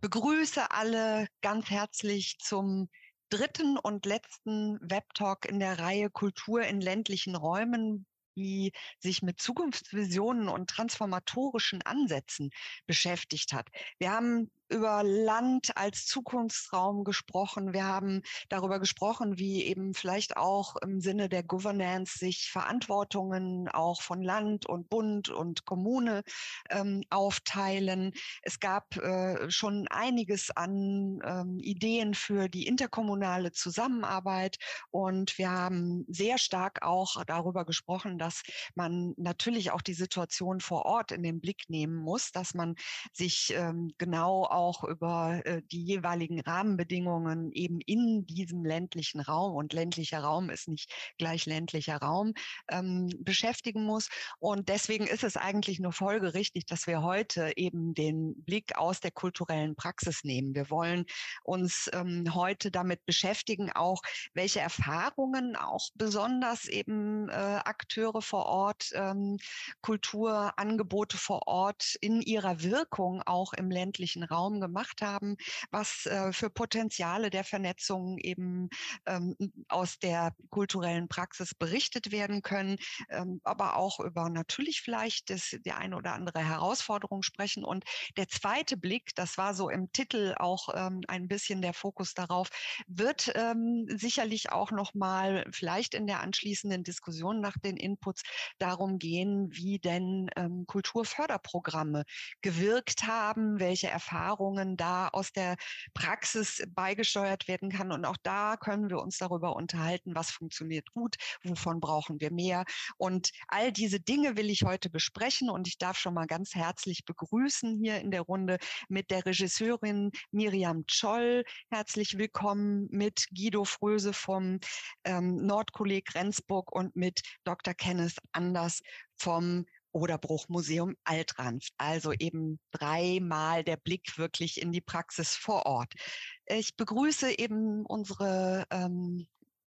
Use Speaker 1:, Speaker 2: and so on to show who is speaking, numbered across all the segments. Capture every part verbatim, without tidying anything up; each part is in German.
Speaker 1: begrüße alle ganz herzlich zum dritten und letzten Webtalk in der Reihe Kultur in ländlichen Räumen, die sich mit Zukunftsvisionen und transformatorischen Ansätzen beschäftigt hat. Wir haben über Land als Zukunftsraum gesprochen. Wir haben darüber gesprochen, wie eben vielleicht auch im Sinne der Governance sich Verantwortungen auch von Land und Bund und Kommune ähm, aufteilen. Es gab äh, schon einiges an ähm, Ideen für die interkommunale Zusammenarbeit und wir haben sehr stark auch darüber gesprochen, dass man natürlich auch die Situation vor Ort in den Blick nehmen muss, dass man sich ähm, genau auch über äh, die jeweiligen Rahmenbedingungen eben in diesem ländlichen Raum, und ländlicher Raum ist nicht gleich ländlicher Raum, ähm, beschäftigen muss. Und deswegen ist es eigentlich nur folgerichtig, dass wir heute eben den Blick aus der kulturellen Praxis nehmen. Wir wollen uns ähm, heute damit beschäftigen, auch welche Erfahrungen auch besonders eben äh, Akteure vor Ort, ähm, Kulturangebote vor Ort in ihrer Wirkung auch im ländlichen Raum gemacht haben, was äh, für Potenziale der Vernetzung eben ähm, aus der kulturellen Praxis berichtet werden können, ähm, aber auch über natürlich vielleicht das, die eine oder andere Herausforderung sprechen. Und der zweite Blick, das war so im Titel auch ähm, ein bisschen der Fokus darauf, wird ähm, sicherlich auch nochmal vielleicht in der anschließenden Diskussion nach den Inputs darum gehen, wie denn ähm, Kulturförderprogramme gewirkt haben, welche Erfahrungen da aus der Praxis beigesteuert werden kann. Und auch da können wir uns darüber unterhalten, was funktioniert gut, wovon brauchen wir mehr. Und all diese Dinge will ich heute besprechen und ich darf schon mal ganz herzlich begrüßen hier in der Runde mit der Regisseurin Miriam Tscholl. Herzlich willkommen mit Guido Fröse vom ähm, Nordkolleg Rendsburg und mit Doktor Kenneth Anders vom Oderbruch-Museum Altranf. Also eben dreimal der Blick wirklich in die Praxis vor Ort. Ich begrüße eben unsere ähm,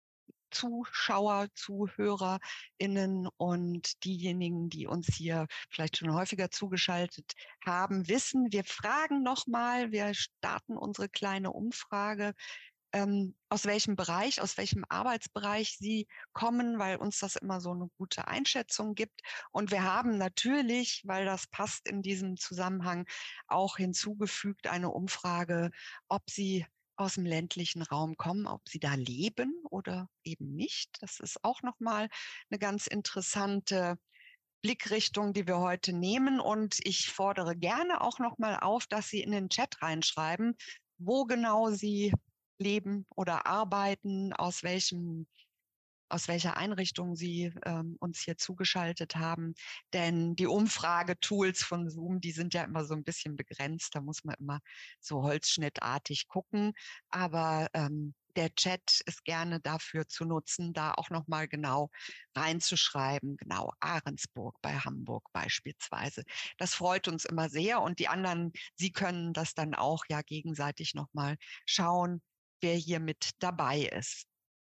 Speaker 1: Zuschauer, ZuhörerInnen und diejenigen, die uns hier vielleicht schon häufiger zugeschaltet haben, wissen, wir fragen nochmal, wir starten unsere kleine Umfrage, ähm, aus welchem Bereich, aus welchem Arbeitsbereich Sie kommen, weil uns das immer so eine gute Einschätzung gibt. Und wir haben natürlich, weil das passt in diesem Zusammenhang, auch hinzugefügt eine Umfrage, ob Sie aus dem ländlichen Raum kommen, ob sie da leben oder eben nicht. Das ist auch nochmal eine ganz interessante Blickrichtung, die wir heute nehmen. Und ich fordere gerne auch nochmal auf, dass Sie in den Chat reinschreiben, wo genau Sie leben oder arbeiten, aus welchem aus welcher Einrichtung Sie ähm, uns hier zugeschaltet haben. Denn die Umfragetools von Zoom, die sind ja immer so ein bisschen begrenzt. Da muss man immer so holzschnittartig gucken. Aber ähm, der Chat ist gerne dafür zu nutzen, da auch nochmal genau reinzuschreiben. Genau, Ahrensburg bei Hamburg beispielsweise. Das freut uns immer sehr. Und die anderen, Sie können das dann auch ja gegenseitig nochmal schauen, wer hier mit dabei ist.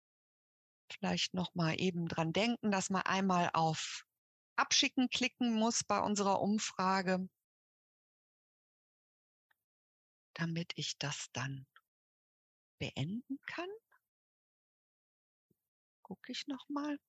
Speaker 1: Vielleicht noch mal eben dran denken, dass man einmal auf Abschicken klicken muss bei unserer Umfrage, damit ich das dann beenden kann. Gucke ich noch mal.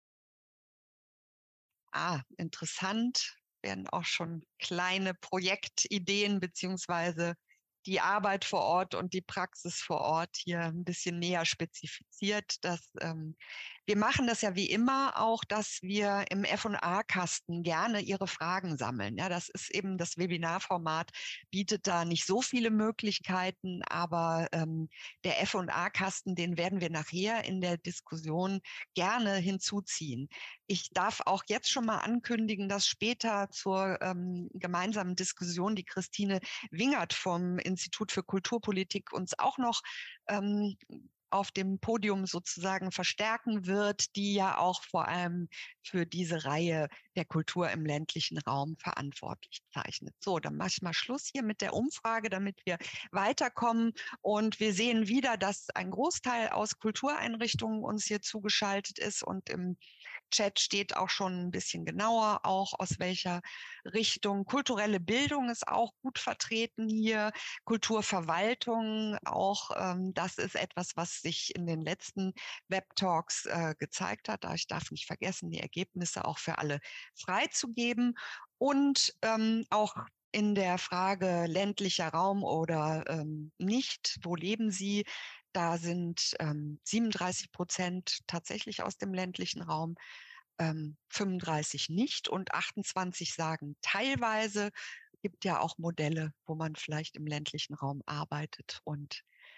Speaker 1: Ah, interessant. Werden auch schon kleine Projektideen beziehungsweise die Arbeit vor Ort und die Praxis vor Ort hier ein bisschen näher spezifiziert. Dass, ähm, wir machen das ja wie immer auch, dass wir im F und A-Kasten gerne Ihre Fragen sammeln. Ja, das ist eben das Webinarformat, bietet da nicht so viele Möglichkeiten, aber ähm, der F und A-Kasten, den werden wir nachher in der Diskussion gerne hinzuziehen. Ich darf auch jetzt schon mal ankündigen, dass später zur ähm, gemeinsamen Diskussion die Christine Wingert vom Institut für Kulturpolitik uns auch noch ähm, auf dem Podium sozusagen verstärken wird, die ja auch vor allem für diese Reihe der Kultur im ländlichen Raum verantwortlich zeichnet. So, dann mache ich mal Schluss hier mit der Umfrage, damit wir weiterkommen. Und wir sehen wieder, dass ein Großteil aus Kultureinrichtungen uns hier zugeschaltet ist, und im Chat steht auch schon ein bisschen genauer, auch aus welcher Richtung. Kulturelle Bildung ist auch gut vertreten hier. Kulturverwaltung auch, ähm, das ist etwas, was sich in den letzten Webtalks äh, gezeigt hat. Ich darf nicht vergessen, die Ergebnisse auch für alle freizugeben. Und ähm, auch in der Frage ländlicher Raum oder ähm, nicht, wo leben Sie? Da sind ähm, siebenunddreißig Prozent tatsächlich aus dem ländlichen Raum, ähm, fünfunddreißig nicht und achtundzwanzig sagen teilweise. Gibt ja auch Modelle, wo man vielleicht im ländlichen Raum arbeitet und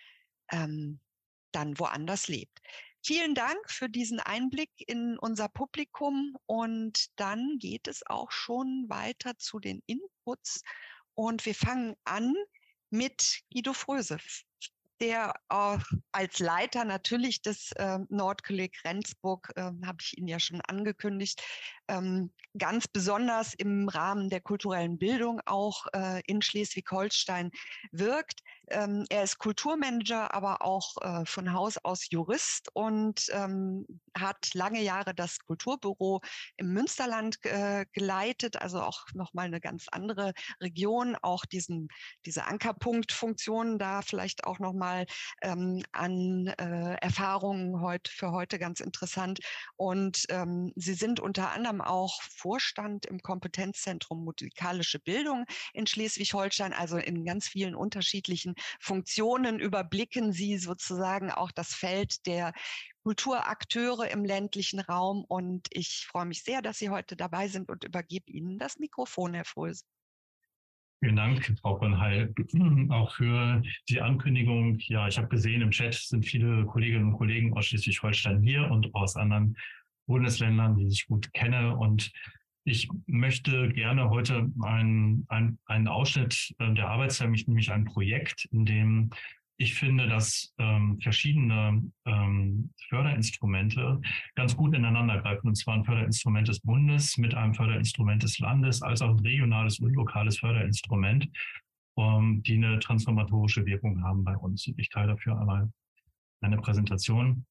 Speaker 1: ähm, dann woanders lebt. Vielen Dank für diesen Einblick in unser Publikum, und dann geht es auch schon weiter zu den Inputs, und wir fangen an mit Guido Fröse, der äh, als Leiter natürlich des äh, Nordkolleg Rendsburg, äh, habe ich Ihnen ja schon angekündigt, ähm, ganz besonders im Rahmen der kulturellen Bildung auch äh, in Schleswig-Holstein wirkt. Ähm, er ist Kulturmanager, aber auch äh, von Haus aus Jurist, und ähm, hat lange Jahre das Kulturbüro im Münsterland äh, geleitet, also auch nochmal eine ganz andere Region, auch diesen, diese Ankerpunktfunktionen da vielleicht auch nochmal ähm, an äh, Erfahrungen heute, für heute ganz interessant. Und ähm, Sie sind unter anderem auch Vorstand im Kompetenzzentrum Musikalische Bildung in Schleswig-Holstein, also in ganz vielen unterschiedlichen Funktionen überblicken Sie sozusagen auch das Feld der Kulturakteure im ländlichen Raum. Und ich freue mich sehr, dass Sie heute dabei sind, und übergebe Ihnen das Mikrofon, Herr Fröse.
Speaker 2: Vielen Dank, Frau von Heil, auch für die Ankündigung. Ja, ich habe gesehen, im Chat sind viele Kolleginnen und Kollegen aus Schleswig-Holstein hier und aus anderen Bundesländern, die ich gut kenne. Und ich möchte gerne heute einen, einen, einen Ausschnitt der Arbeitszeit, nämlich ein Projekt, in dem ich finde, dass ähm, verschiedene ähm, Förderinstrumente ganz gut ineinander greifen. Und zwar ein Förderinstrument des Bundes mit einem Förderinstrument des Landes, als auch ein regionales und lokales Förderinstrument, ähm, die eine transformatorische Wirkung haben bei uns. Ich teile dafür einmal eine Präsentation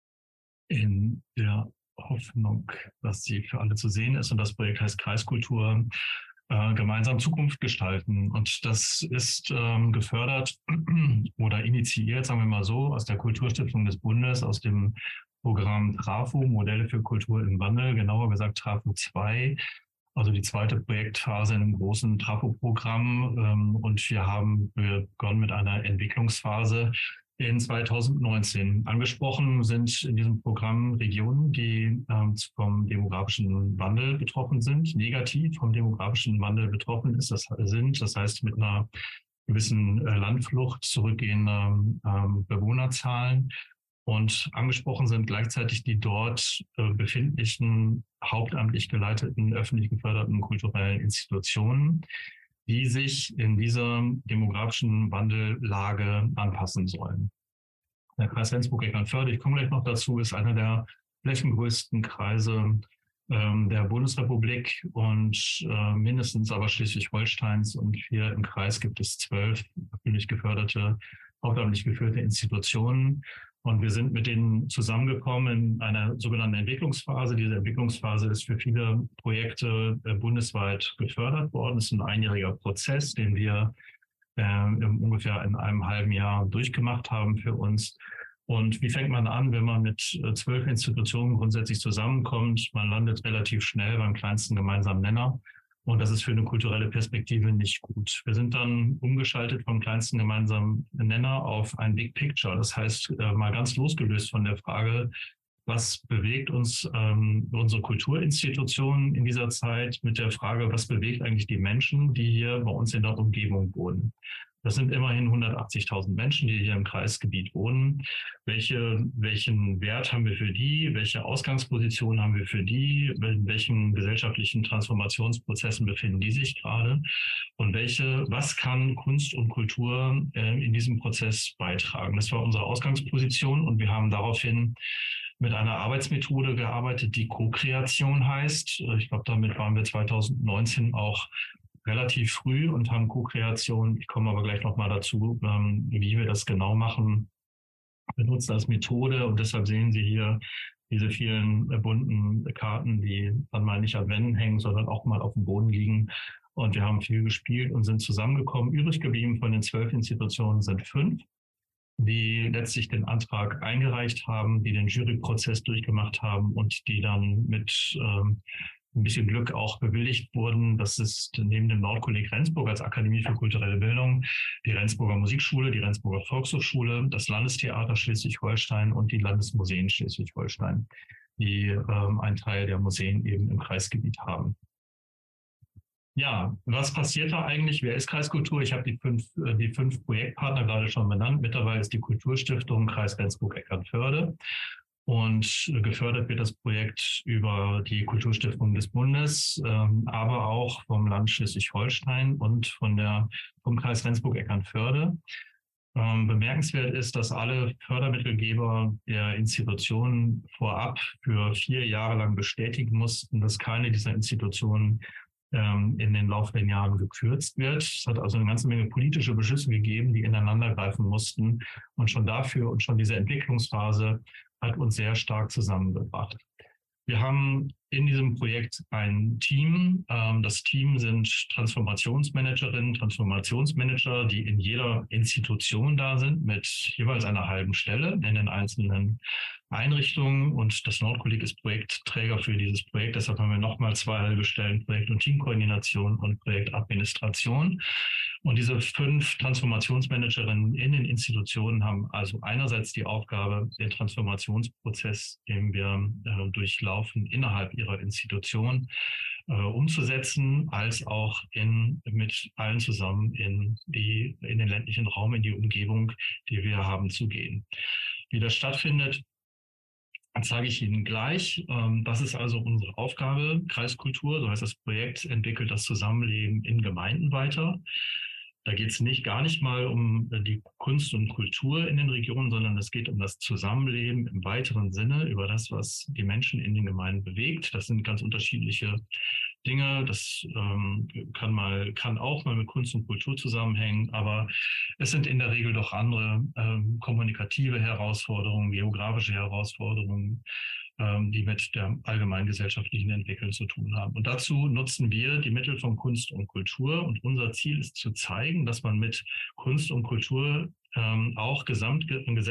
Speaker 2: in der Hoffnung, dass sie für alle zu sehen ist. Und das Projekt heißt Kreiskultur, äh, gemeinsam Zukunft gestalten. Und das ist ähm, gefördert oder initiiert, sagen wir mal so, aus der Kulturstiftung des Bundes, aus dem Programm TRAFO, Modelle für Kultur im Wandel, genauer gesagt TRAFO zwei, also die zweite Projektphase in einem großen TRAFO-Programm. Ähm, und wir haben begonnen mit einer Entwicklungsphase in zweitausendneunzehn. Angesprochen sind in diesem Programm Regionen, die ähm, vom demografischen Wandel betroffen sind, negativ vom demografischen Wandel betroffen ist, das sind, das heißt mit einer gewissen äh, Landflucht zurückgehender ähm, Bewohnerzahlen. Und angesprochen sind gleichzeitig die dort äh, befindlichen, hauptamtlich geleiteten, öffentlich geförderten kulturellen Institutionen, die sich in dieser demografischen Wandellage anpassen sollen. Der Kreis Rendsburg-Eckernförde, ich komme gleich noch dazu, ist einer der flächengrößten Kreise ähm, der Bundesrepublik und äh, mindestens aber Schleswig-Holsteins. Und hier im Kreis gibt es zwölf öffentlich geförderte, hauptamtlich geführte Institutionen. Und wir sind mit denen zusammengekommen in einer sogenannten Entwicklungsphase. Diese Entwicklungsphase ist für viele Projekte äh, bundesweit gefördert worden. Es ist ein einjähriger Prozess, den wir äh, ungefähr in einem halben Jahr durchgemacht haben für uns. Und wie fängt man an, wenn man mit äh, zwölf Institutionen grundsätzlich zusammenkommt? Man landet relativ schnell beim kleinsten gemeinsamen Nenner. Und das ist für eine kulturelle Perspektive nicht gut. Wir sind dann umgeschaltet vom kleinsten gemeinsamen Nenner auf ein Big Picture. Das heißt, äh, mal ganz losgelöst von der Frage, was bewegt uns ähm, unsere Kulturinstitutionen in dieser Zeit, mit der Frage, was bewegt eigentlich die Menschen, die hier bei uns in der Umgebung wohnen. Das sind immerhin hundertachtzigtausend Menschen, die hier im Kreisgebiet wohnen. Welche, welchen Wert haben wir für die? Welche Ausgangsposition haben wir für die? In welchen gesellschaftlichen Transformationsprozessen befinden die sich gerade? Und welche, was kann Kunst und Kultur äh, in diesem Prozess beitragen? Das war unsere Ausgangsposition und wir haben daraufhin mit einer Arbeitsmethode gearbeitet, die Co-Kreation heißt. Ich glaube, damit waren wir zweitausendneunzehn auch relativ früh und haben Co-Kreation, ich komme aber gleich nochmal dazu, ähm, wie wir das genau machen, benutzt als Methode. Und deshalb sehen Sie hier diese vielen äh, bunten Karten, die dann mal nicht an Wänden hängen, sondern auch mal auf dem Boden liegen. Und wir haben viel gespielt und sind zusammengekommen. Übrig geblieben von den zwölf Institutionen sind fünf, die letztlich den Antrag eingereicht haben, die den Juryprozess durchgemacht haben und die dann mit ähm, ein bisschen Glück auch bewilligt wurden. Das ist neben dem Nordkolleg Rendsburg als Akademie für kulturelle Bildung die Rendsburger Musikschule, die Rendsburger Volkshochschule, das Landestheater Schleswig-Holstein und die Landesmuseen Schleswig-Holstein, die ähm, einen Teil der Museen eben im Kreisgebiet haben. Ja, was passiert da eigentlich? Wer ist Kreiskultur? Ich habe die fünf, die fünf Projektpartner gerade schon benannt. Mittlerweile ist die Kulturstiftung Kreis Rendsburg-Eckernförde. Und gefördert wird das Projekt über die Kulturstiftung des Bundes, ähm, aber auch vom Land Schleswig-Holstein und von der, vom Kreis Rendsburg-Eckernförde. Ähm, bemerkenswert ist, dass alle Fördermittelgeber der Institutionen vorab für vier Jahre lang bestätigen mussten, dass keine dieser Institutionen in den laufenden Jahren gekürzt wird. Es hat also eine ganze Menge politische Beschlüsse gegeben, die ineinander greifen mussten. Und schon dafür und schon diese Entwicklungsphase hat uns sehr stark zusammengebracht. Wir haben in diesem Projekt ein Team. Das Team sind Transformationsmanagerinnen, Transformationsmanager, die in jeder Institution da sind, mit jeweils einer halben Stelle in den einzelnen Einrichtungen. Und das Nordkolleg ist Projektträger für dieses Projekt. Deshalb haben wir nochmal zwei halbe Stellen, Projekt- und Teamkoordination und Projektadministration. Und diese fünf Transformationsmanagerinnen in den Institutionen haben also einerseits die Aufgabe, den Transformationsprozess, den wir äh, durchlaufen, innerhalb ihrer Institution äh, umzusetzen, als auch in, mit allen zusammen in, die, in den ländlichen Raum, in die Umgebung, die wir haben, zu gehen. Wie das stattfindet, zeige ich Ihnen gleich. Das ist also unsere Aufgabe. Kreiskultur, so heißt das Projekt, entwickelt das Zusammenleben in Gemeinden weiter. Da geht es nicht gar nicht mal um die Kunst und Kultur in den Regionen, sondern es geht um das Zusammenleben im weiteren Sinne, über das, was die Menschen in den Gemeinden bewegt. Das sind ganz unterschiedliche Dinge. Das ähm, kann mal, kann auch mal mit Kunst und Kultur zusammenhängen, aber es sind in der Regel doch andere ähm, kommunikative Herausforderungen, geografische Herausforderungen, ähm, die mit der allgemeinen gesellschaftlichen Entwicklung zu tun haben. Und dazu nutzen wir die Mittel von Kunst und Kultur. Und unser Ziel ist zu zeigen, dass man mit Kunst und Kultur ähm, auch gesamt,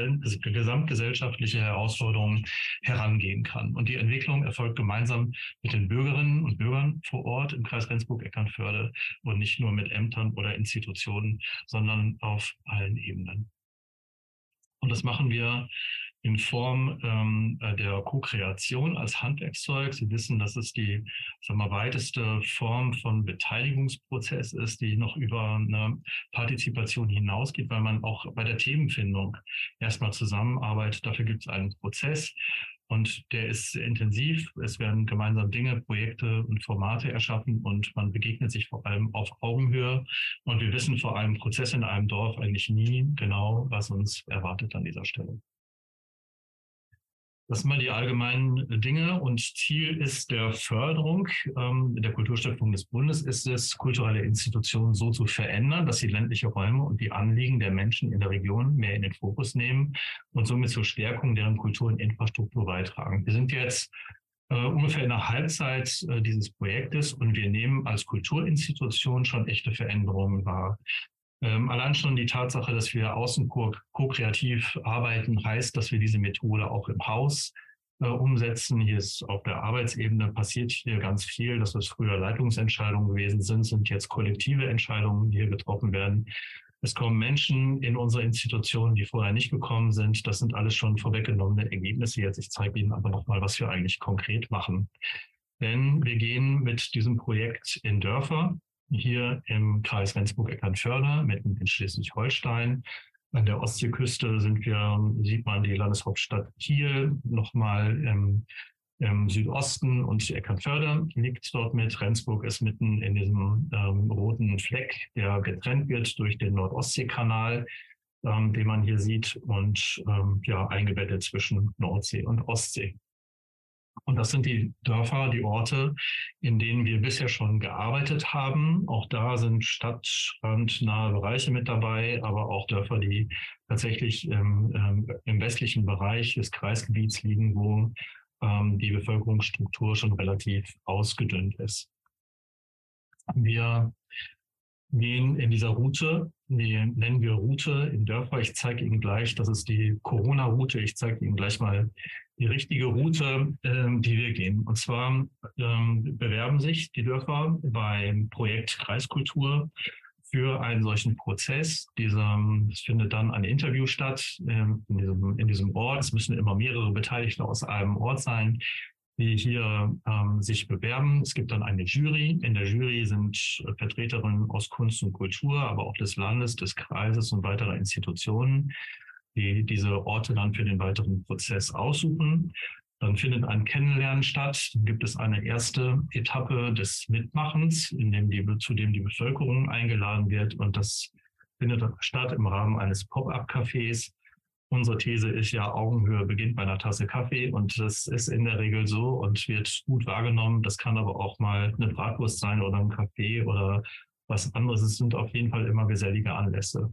Speaker 2: gesamtgesellschaftliche Herausforderungen herangehen kann. Und die Entwicklung erfolgt gemeinsam mit den Bürgerinnen und Bürgern vor Ort im Kreis Rendsburg-Eckernförde und nicht nur mit Ämtern oder Institutionen, sondern auf allen Ebenen. Und das machen wir in Form ähm, der Co-Kreation als Handwerkszeug. Sie wissen, dass es die, sagen wir, weiteste Form von Beteiligungsprozess ist, die noch über eine Partizipation hinausgeht, weil man auch bei der Themenfindung erstmal zusammenarbeitet. Dafür gibt es einen Prozess. Und der ist sehr intensiv. Es werden gemeinsam Dinge, Projekte und Formate erschaffen und man begegnet sich vor allem auf Augenhöhe. Und wir wissen vor allem Prozess in einem Dorf eigentlich nie genau, was uns erwartet an dieser Stelle. Das sind mal die allgemeinen Dinge und Ziel ist der Förderung ähm, der Kulturstiftung des Bundes ist es, kulturelle Institutionen so zu verändern, dass sie ländliche Räume und die Anliegen der Menschen in der Region mehr in den Fokus nehmen und somit zur Stärkung deren Kultur und Infrastruktur beitragen. Wir sind jetzt äh, ungefähr in der Halbzeit äh, dieses Projektes und wir nehmen als Kulturinstitution schon echte Veränderungen wahr. Ähm, allein schon die Tatsache, dass wir außen ko-kreativ arbeiten, heißt, dass wir diese Methode auch im Haus äh, umsetzen. Hier ist auf der Arbeitsebene passiert hier ganz viel. Das, was früher Leitungsentscheidungen gewesen sind, sind jetzt kollektive Entscheidungen, die hier getroffen werden. Es kommen Menschen in unsere Institutionen, die vorher nicht gekommen sind. Das sind alles schon vorweggenommene Ergebnisse jetzt. Ich zeige Ihnen aber nochmal, was wir eigentlich konkret machen. Denn wir gehen mit diesem Projekt in Dörfer. hier im Kreis Rendsburg-Eckernförde, mitten in Schleswig-Holstein. An der Ostseeküste sind wir, sieht man die Landeshauptstadt Kiel, nochmal im, im Südosten, und Eckernförde liegt dort mit. Rendsburg ist mitten in diesem ähm, roten Fleck, der getrennt wird durch den Nord-Ostsee-Kanal, ähm, den man hier sieht, und ähm, ja, eingebettet zwischen Nordsee und Ostsee. Und das sind die Dörfer, die Orte, in denen wir bisher schon gearbeitet haben. Auch da sind stadtrandnahe Bereiche mit dabei, aber auch Dörfer, die tatsächlich ähm, ähm, im westlichen Bereich des Kreisgebiets liegen, wo ähm, die Bevölkerungsstruktur schon relativ ausgedünnt ist. Wir gehen in dieser Route, die nennen wir Route in Dörfer. Ich zeige Ihnen gleich, das ist die Corona-Route. Ich zeige Ihnen gleich mal die richtige Route, ähm, die wir gehen. Und zwar ähm, bewerben sich die Dörfer beim Projekt Kreiskultur für einen solchen Prozess. Dieser, es findet dann ein Interview statt ähm, in, diesem, in diesem Ort. Es müssen immer mehrere Beteiligte aus einem Ort sein, die hier ähm, sich bewerben. Es gibt dann eine Jury. In der Jury sind Vertreterinnen aus Kunst und Kultur, aber auch des Landes, des Kreises und weiterer Institutionen, die diese Orte dann für den weiteren Prozess aussuchen. Dann findet ein Kennenlernen statt. Dann gibt es eine erste Etappe des Mitmachens, in dem die, zu dem die Bevölkerung eingeladen wird. Und das findet statt im Rahmen eines Pop-up-Cafés. Unsere These ist ja, Augenhöhe beginnt bei einer Tasse Kaffee, und das ist in der Regel so und wird gut wahrgenommen. Das kann aber auch mal eine Bratwurst sein oder ein Kaffee oder was anderes. Es sind auf jeden Fall immer gesellige Anlässe,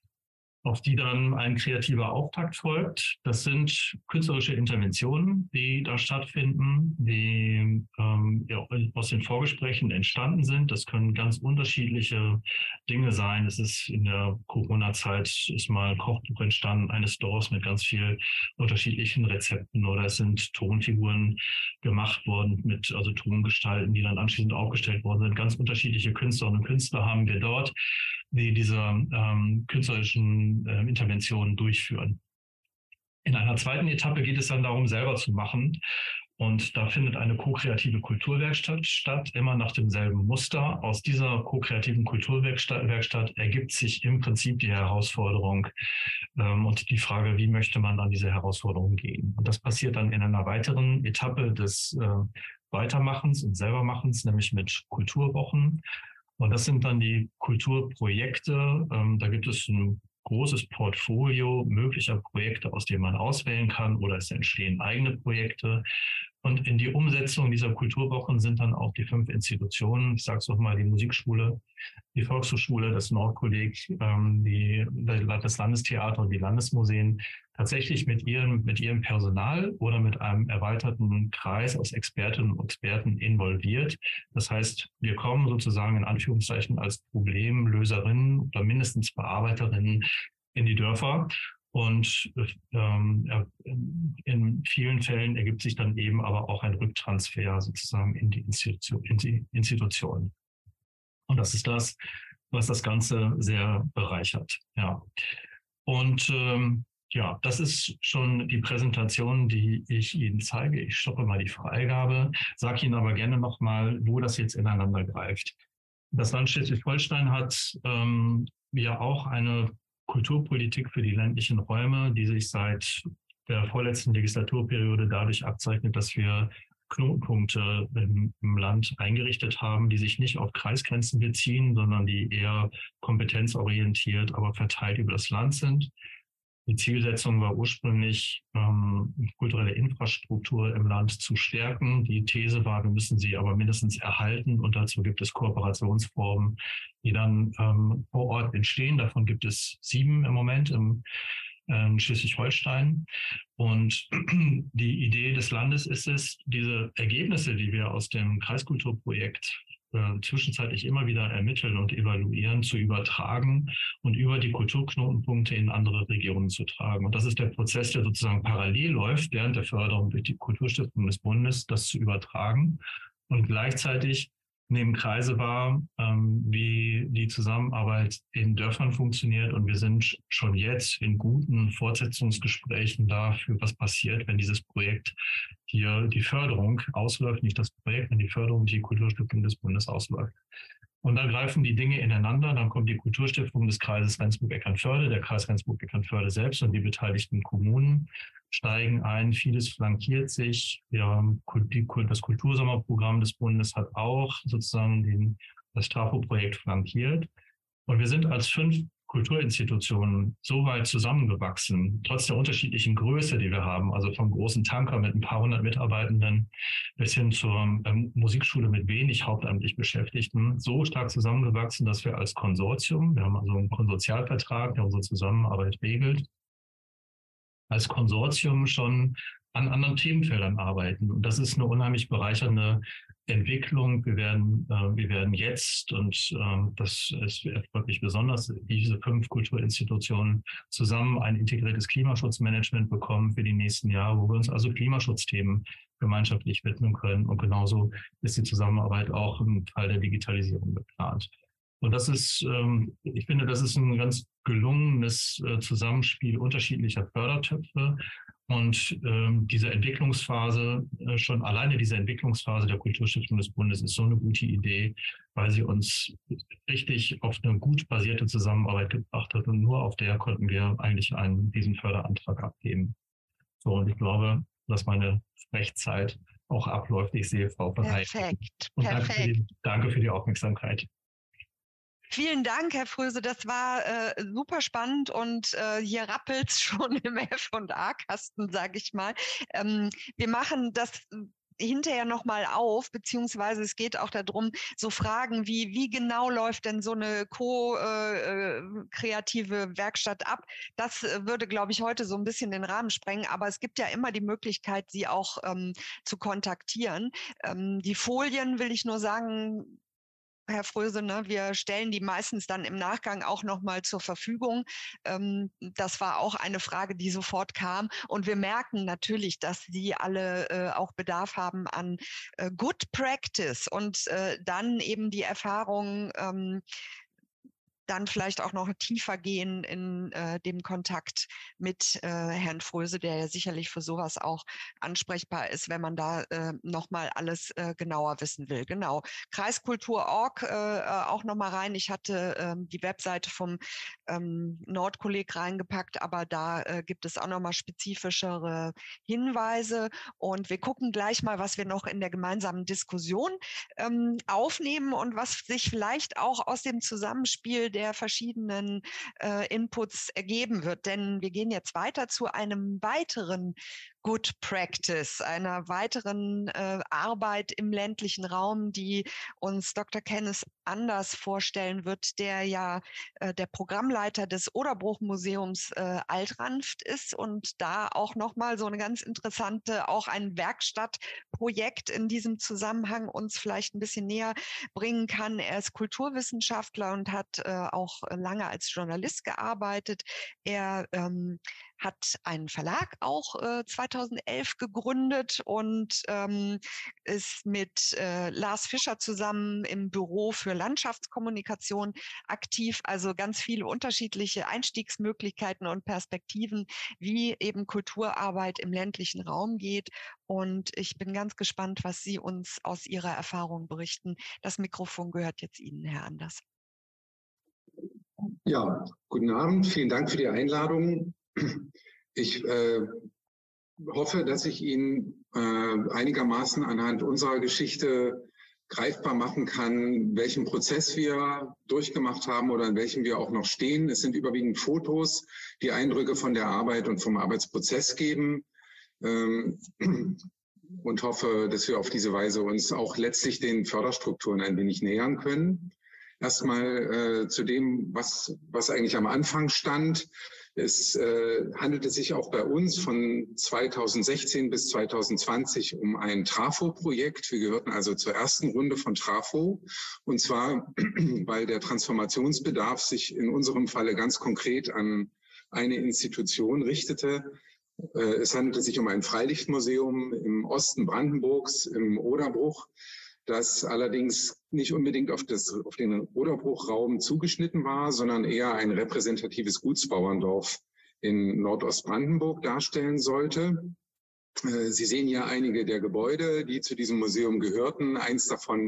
Speaker 2: auf die dann ein kreativer Auftakt folgt. Das sind künstlerische Interventionen, die da stattfinden, die ähm, ja, aus den Vorgesprächen entstanden sind. Das können ganz unterschiedliche Dinge sein. Es ist in der Corona-Zeit ist mal ein Kochbuch entstanden eines Dorfs mit ganz vielen unterschiedlichen Rezepten, oder es sind Tonfiguren gemacht worden mit also Tongestalten, die dann anschließend aufgestellt worden sind. Ganz unterschiedliche Künstlerinnen und Künstler haben wir dort, die diese ähm, künstlerischen äh, Interventionen durchführen. In einer zweiten Etappe geht es dann darum, selber zu machen. Und da findet eine ko-kreative Kulturwerkstatt statt, immer nach demselben Muster. Aus dieser ko-kreativen Kulturwerkstatt Werkstatt ergibt sich im Prinzip die Herausforderung ähm, und die Frage, wie möchte man an diese Herausforderung gehen. Und das passiert dann in einer weiteren Etappe des äh, Weitermachens und Selbermachens, nämlich mit Kulturwochen. Und das sind dann die Kulturprojekte. Ähm, da gibt es ein großes Portfolio möglicher Projekte, aus denen man auswählen kann, oder es entstehen eigene Projekte. Und in die Umsetzung dieser Kulturwochen sind dann auch die fünf Institutionen, ich sage es nochmal, die Musikschule, die Volkshochschule, das Nordkolleg, ähm, die, das Landestheater und die Landesmuseen tatsächlich mit ihrem, mit ihrem Personal oder mit einem erweiterten Kreis aus Expertinnen und Experten involviert. Das heißt, wir kommen sozusagen in Anführungszeichen als Problemlöserinnen oder mindestens Bearbeiterinnen in die Dörfer. Und ähm, in vielen Fällen ergibt sich dann eben aber auch ein Rücktransfer sozusagen in die Institution, in die Institutionen. Und das ist das, was das Ganze sehr bereichert. Ja. Und ähm, ja, das ist schon die Präsentation, die ich Ihnen zeige. Ich stoppe mal die Freigabe, sage Ihnen aber gerne nochmal, wo das jetzt ineinander greift. Das Land Schleswig-Holstein hat ähm, ja auch eine Kulturpolitik für die ländlichen Räume, die sich seit der vorletzten Legislaturperiode dadurch abzeichnet, dass wir Knotenpunkte im, im Land eingerichtet haben, die sich nicht auf Kreisgrenzen beziehen, sondern die eher kompetenzorientiert, aber verteilt über das Land sind. Die Zielsetzung war ursprünglich, ähm, kulturelle Infrastruktur im Land zu stärken. Die These war, wir müssen sie aber mindestens erhalten, und dazu gibt es Kooperationsformen, die dann ähm, vor Ort entstehen. Davon gibt es sieben im Moment im ähm, Schleswig-Holstein. Und die Idee des Landes ist es, diese Ergebnisse, die wir aus dem Kreiskulturprojekt äh, zwischenzeitlich immer wieder ermitteln und evaluieren, zu übertragen und über die Kulturknotenpunkte in andere Regionen zu tragen. Und das ist der Prozess, der sozusagen parallel läuft während der Förderung durch die Kulturstiftung des Bundes, das zu übertragen. Und gleichzeitig nehmen Kreise wahr, ähm, wie die Zusammenarbeit in Dörfern funktioniert. Und wir sind schon jetzt in guten Fortsetzungsgesprächen dafür, was passiert, wenn dieses Projekt hier die Förderung ausläuft, nicht das Projekt, wenn die Förderung die Kulturstiftung des Bundes ausläuft. Und dann greifen die Dinge ineinander. Dann kommt die Kulturstiftung des Kreises Rendsburg-Eckernförde, der Kreis Rendsburg-Eckernförde selbst und die beteiligten Kommunen steigen ein. Vieles flankiert sich. Ja, die, das Kultursommerprogramm des Bundes hat auch sozusagen den, das Trafo-Projekt flankiert. Und wir sind als fünf Kulturinstitutionen so weit zusammengewachsen, trotz der unterschiedlichen Größe, die wir haben, also vom großen Tanker mit ein paar hundert Mitarbeitenden bis hin zur ähm, Musikschule mit wenig hauptamtlich Beschäftigten, so stark zusammengewachsen, dass wir als Konsortium, wir haben also einen Konsortialvertrag, der unsere Zusammenarbeit regelt, als Konsortium schon an anderen Themenfeldern arbeiten. Und das ist eine unheimlich bereichernde Entwicklung. Wir werden, äh, wir werden jetzt, und äh, das ist wirklich besonders, diese fünf Kulturinstitutionen zusammen ein integriertes Klimaschutzmanagement bekommen für die nächsten Jahre, wo wir uns also Klimaschutzthemen gemeinschaftlich widmen können. Und genauso ist die Zusammenarbeit auch im Teil der Digitalisierung geplant. Und das ist, ähm, ich finde, das ist ein ganz gelungenes äh, Zusammenspiel unterschiedlicher Fördertöpfe. Und ähm, diese Entwicklungsphase, äh, schon alleine diese Entwicklungsphase der Kulturstiftung des Bundes ist so eine gute Idee, weil sie uns richtig auf eine gut basierte Zusammenarbeit gebracht hat. Und nur auf der konnten wir eigentlich einen, diesen Förderantrag abgeben. So, und ich glaube, dass meine Sprechzeit auch abläuft. Ich sehe Frau von Heil.
Speaker 1: Perfekt,
Speaker 2: Und
Speaker 1: perfekt.
Speaker 2: Danke für die, danke für die Aufmerksamkeit.
Speaker 1: Vielen Dank, Herr Fröse. Das war äh, super spannend und äh, hier rappelt's schon im F und A-Kasten, sage ich mal. Ähm, wir machen das hinterher nochmal auf, beziehungsweise es geht auch darum, so Fragen wie, wie genau läuft denn so eine ko-kreative äh, Werkstatt ab? Das äh, würde, glaube ich, heute so ein bisschen den Rahmen sprengen, aber es gibt ja immer die Möglichkeit, sie auch ähm, zu kontaktieren. Ähm, die Folien, will ich nur sagen, Herr Fröse, ne, wir stellen die meistens dann im Nachgang auch nochmal zur Verfügung. Ähm, das war auch eine Frage, die sofort kam. Und wir merken natürlich, dass Sie alle äh, auch Bedarf haben an äh, Good Practice und äh, dann eben die Erfahrung, ähm, dann vielleicht auch noch tiefer gehen in äh, dem Kontakt mit äh, Herrn Fröse, der ja sicherlich für sowas auch ansprechbar ist, wenn man da äh, nochmal alles äh, genauer wissen will. Genau. Kreiskultur Punkt org äh, auch nochmal rein. Ich hatte ähm, die Webseite vom ähm, Nordkolleg reingepackt, aber da äh, gibt es auch nochmal spezifischere Hinweise. Und wir gucken gleich mal, was wir noch in der gemeinsamen Diskussion ähm, aufnehmen und was sich vielleicht auch aus dem Zusammenspiel der der verschiedenen äh, Inputs ergeben wird. Denn wir gehen jetzt weiter zu einem weiteren Good Practice, einer weiteren äh, Arbeit im ländlichen Raum, die uns Doktor Kenneth Anders vorstellen wird, der ja äh, der Programmleiter des Oderbruch-Museums äh, Altranft ist und da auch nochmal so eine ganz interessante, auch ein Werkstattprojekt in diesem Zusammenhang uns vielleicht ein bisschen näher bringen kann. Er ist Kulturwissenschaftler und hat äh, auch lange als Journalist gearbeitet. Er ähm, hat einen Verlag auch äh, zweitausendelf gegründet und ähm, ist mit äh, Lars Fischer zusammen im Büro für Landschaftskommunikation aktiv. Also ganz viele unterschiedliche Einstiegsmöglichkeiten und Perspektiven, wie eben Kulturarbeit im ländlichen Raum geht. Und ich bin ganz gespannt, was Sie uns aus Ihrer Erfahrung berichten. Das Mikrofon gehört jetzt Ihnen, Herr Anders.
Speaker 3: Ja, guten Abend. Vielen Dank für die Einladung. Ich äh, hoffe, dass ich Ihnen äh, einigermaßen anhand unserer Geschichte greifbar machen kann, welchen Prozess wir durchgemacht haben oder in welchem wir auch noch stehen. Es sind überwiegend Fotos, die Eindrücke von der Arbeit und vom Arbeitsprozess geben. Ähm, und hoffe, dass wir auf diese Weise uns auch letztlich den Förderstrukturen ein wenig nähern können. Erstmal äh, zu dem, was, was eigentlich am Anfang stand. Es äh, handelte sich auch bei uns von zweitausendsechzehn bis zweitausendzwanzig um ein Trafo-Projekt. Wir gehörten also zur ersten Runde von Trafo. Und zwar, weil der Transformationsbedarf sich in unserem Falle ganz konkret an eine Institution richtete. Äh, es handelte sich um ein Freilichtmuseum im Osten Brandenburgs, im Oderbruch, das allerdings nicht unbedingt auf, das, auf den Oderbruchraum zugeschnitten war, sondern eher ein repräsentatives Gutsbauerndorf in Nordostbrandenburg darstellen sollte. Sie sehen hier einige der Gebäude, die zu diesem Museum gehörten. Eins davon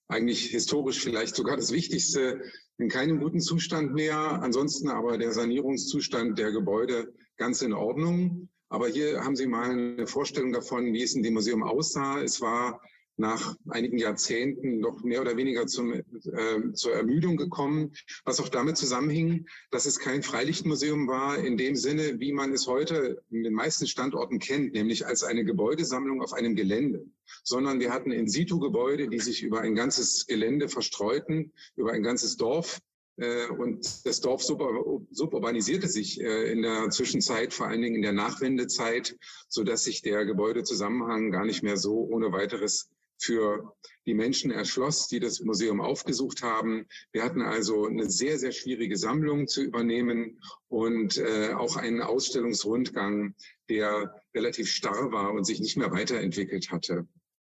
Speaker 3: eigentlich historisch vielleicht sogar das Wichtigste, in keinem guten Zustand mehr. Ansonsten aber der Sanierungszustand der Gebäude ganz in Ordnung. Aber hier haben Sie mal eine Vorstellung davon, wie es in dem Museum aussah. Es war nach einigen Jahrzehnten doch mehr oder weniger zum, äh, zur Ermüdung gekommen, was auch damit zusammenhing, dass es kein Freilichtmuseum war in dem Sinne, wie man es heute in den meisten Standorten kennt, nämlich als eine Gebäudesammlung auf einem Gelände, sondern wir hatten In-situ-Gebäude, die sich über ein ganzes Gelände verstreuten, über ein ganzes Dorf. Und das Dorf suburbanisierte sich in der Zwischenzeit, vor allen Dingen in der Nachwendezeit, sodass sich der Gebäudezusammenhang gar nicht mehr so ohne weiteres für die Menschen erschloss, die das Museum aufgesucht haben. Wir hatten also eine sehr, sehr schwierige Sammlung zu übernehmen und äh, auch einen Ausstellungsrundgang, der relativ starr war und sich nicht mehr weiterentwickelt hatte.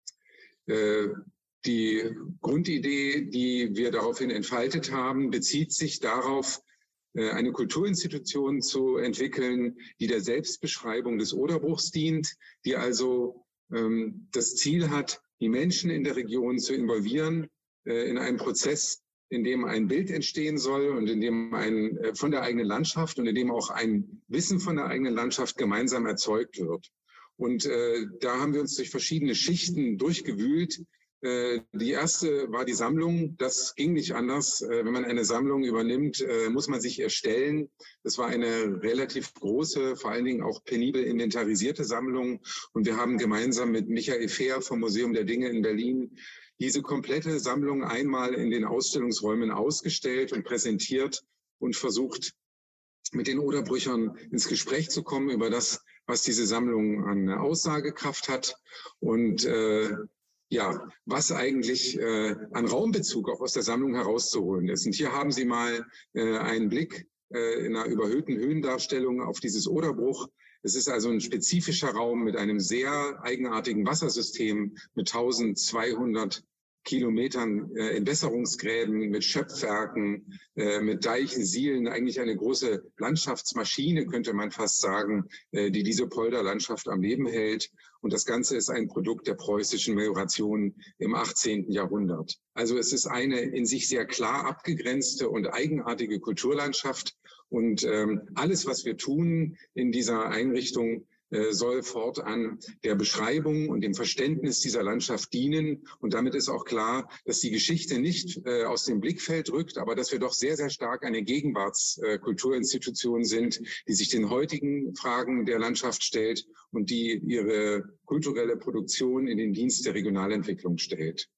Speaker 3: Äh, die Grundidee, die wir daraufhin entfaltet haben, bezieht sich darauf, eine Kulturinstitution zu entwickeln, die der Selbstbeschreibung des Oderbruchs dient, die also ähm, das Ziel hat, die Menschen in der Region zu involvieren äh, in einen Prozess, in dem ein Bild entstehen soll und in dem ein äh, von der eigenen Landschaft und in dem auch ein Wissen von der eigenen Landschaft gemeinsam erzeugt wird. Und äh, da haben wir uns durch verschiedene Schichten durchgewühlt. Äh, die erste war die Sammlung. Das ging nicht anders. Äh, wenn man eine Sammlung übernimmt, äh, muss man sich erstellen. Das war eine relativ große, vor allen Dingen auch penibel inventarisierte Sammlung. Und wir haben gemeinsam mit Michael Fehr vom Museum der Dinge in Berlin diese komplette Sammlung einmal in den Ausstellungsräumen ausgestellt und präsentiert und versucht, mit den Oderbrüchern ins Gespräch zu kommen über das, was diese Sammlung an Aussagekraft hat und äh, ja, was eigentlich äh, an Raumbezug auch aus der Sammlung herauszuholen ist. Und hier haben Sie mal äh, einen Blick äh, in einer überhöhten Höhendarstellung auf dieses Oderbruch. Es ist also ein spezifischer Raum mit einem sehr eigenartigen Wassersystem mit eintausendzweihundert Kilometern äh, Entwässerungsgräben, mit Schöpfwerken, äh, mit Deichen, Sielen, eigentlich eine große Landschaftsmaschine, könnte man fast sagen, äh, die diese Polderlandschaft am Leben hält. Und das Ganze ist ein Produkt der preußischen Majoration im achtzehnten Jahrhundert. Also es ist eine in sich sehr klar abgegrenzte und eigenartige Kulturlandschaft. Und ähm, alles, was wir tun in dieser Einrichtung, soll fortan der Beschreibung und dem Verständnis dieser Landschaft dienen. Und damit ist auch klar, dass die Geschichte nicht äh, aus dem Blickfeld rückt, aber dass wir doch sehr, sehr stark eine Gegenwartskulturinstitution äh, sind, die sich den heutigen Fragen der Landschaft stellt und die ihre kulturelle Produktion in den Dienst der Regionalentwicklung stellt.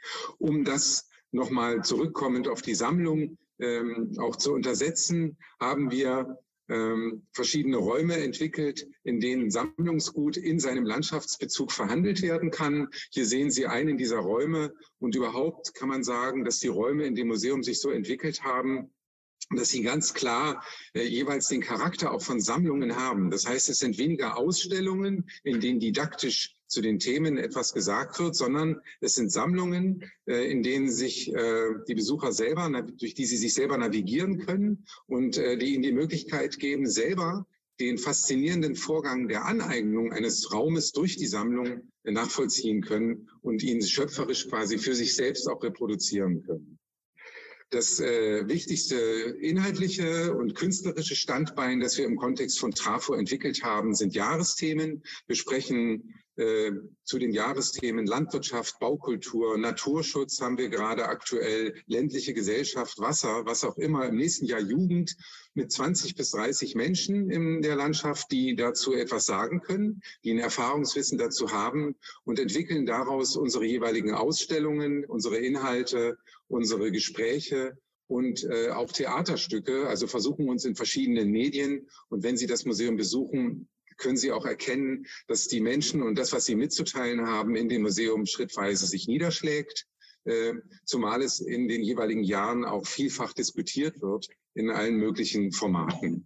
Speaker 3: Um das nochmal zurückkommend auf die Sammlung ähm, auch zu untersetzen, haben wir Ähm, verschiedene Räume entwickelt, in denen Sammlungsgut in seinem Landschaftsbezug verhandelt werden kann. Hier sehen Sie einen dieser Räume und überhaupt kann man sagen, dass die Räume in dem Museum sich so entwickelt haben, dass sie ganz klar äh, jeweils den Charakter auch von Sammlungen haben. Das heißt, es sind weniger Ausstellungen, in denen didaktisch zu den Themen etwas gesagt wird, sondern es sind Sammlungen, äh, in denen sich äh, die Besucher selber, durch die sie sich selber navigieren können und äh, die ihnen die Möglichkeit geben, selber den faszinierenden Vorgang der Aneignung eines Raumes durch die Sammlung äh, nachvollziehen können und ihn schöpferisch quasi für sich selbst auch reproduzieren können. Das äh, wichtigste inhaltliche und künstlerische Standbein, das wir im Kontext von Trafo entwickelt haben, sind Jahresthemen. Wir sprechen äh, zu den Jahresthemen Landwirtschaft, Baukultur, Naturschutz haben wir gerade aktuell, ländliche Gesellschaft, Wasser, was auch immer. Im nächsten Jahr Jugend mit zwanzig bis dreißig Menschen in der Landschaft, die dazu etwas sagen können, die ein Erfahrungswissen dazu haben und entwickeln daraus unsere jeweiligen Ausstellungen, unsere Inhalte, unsere Gespräche und äh, auch Theaterstücke, also versuchen uns in verschiedenen Medien. Und wenn Sie das Museum besuchen, können Sie auch erkennen, dass die Menschen und das, was sie mitzuteilen haben, in dem Museum schrittweise sich niederschlägt, äh, zumal es in den jeweiligen Jahren auch vielfach diskutiert wird in allen möglichen Formaten.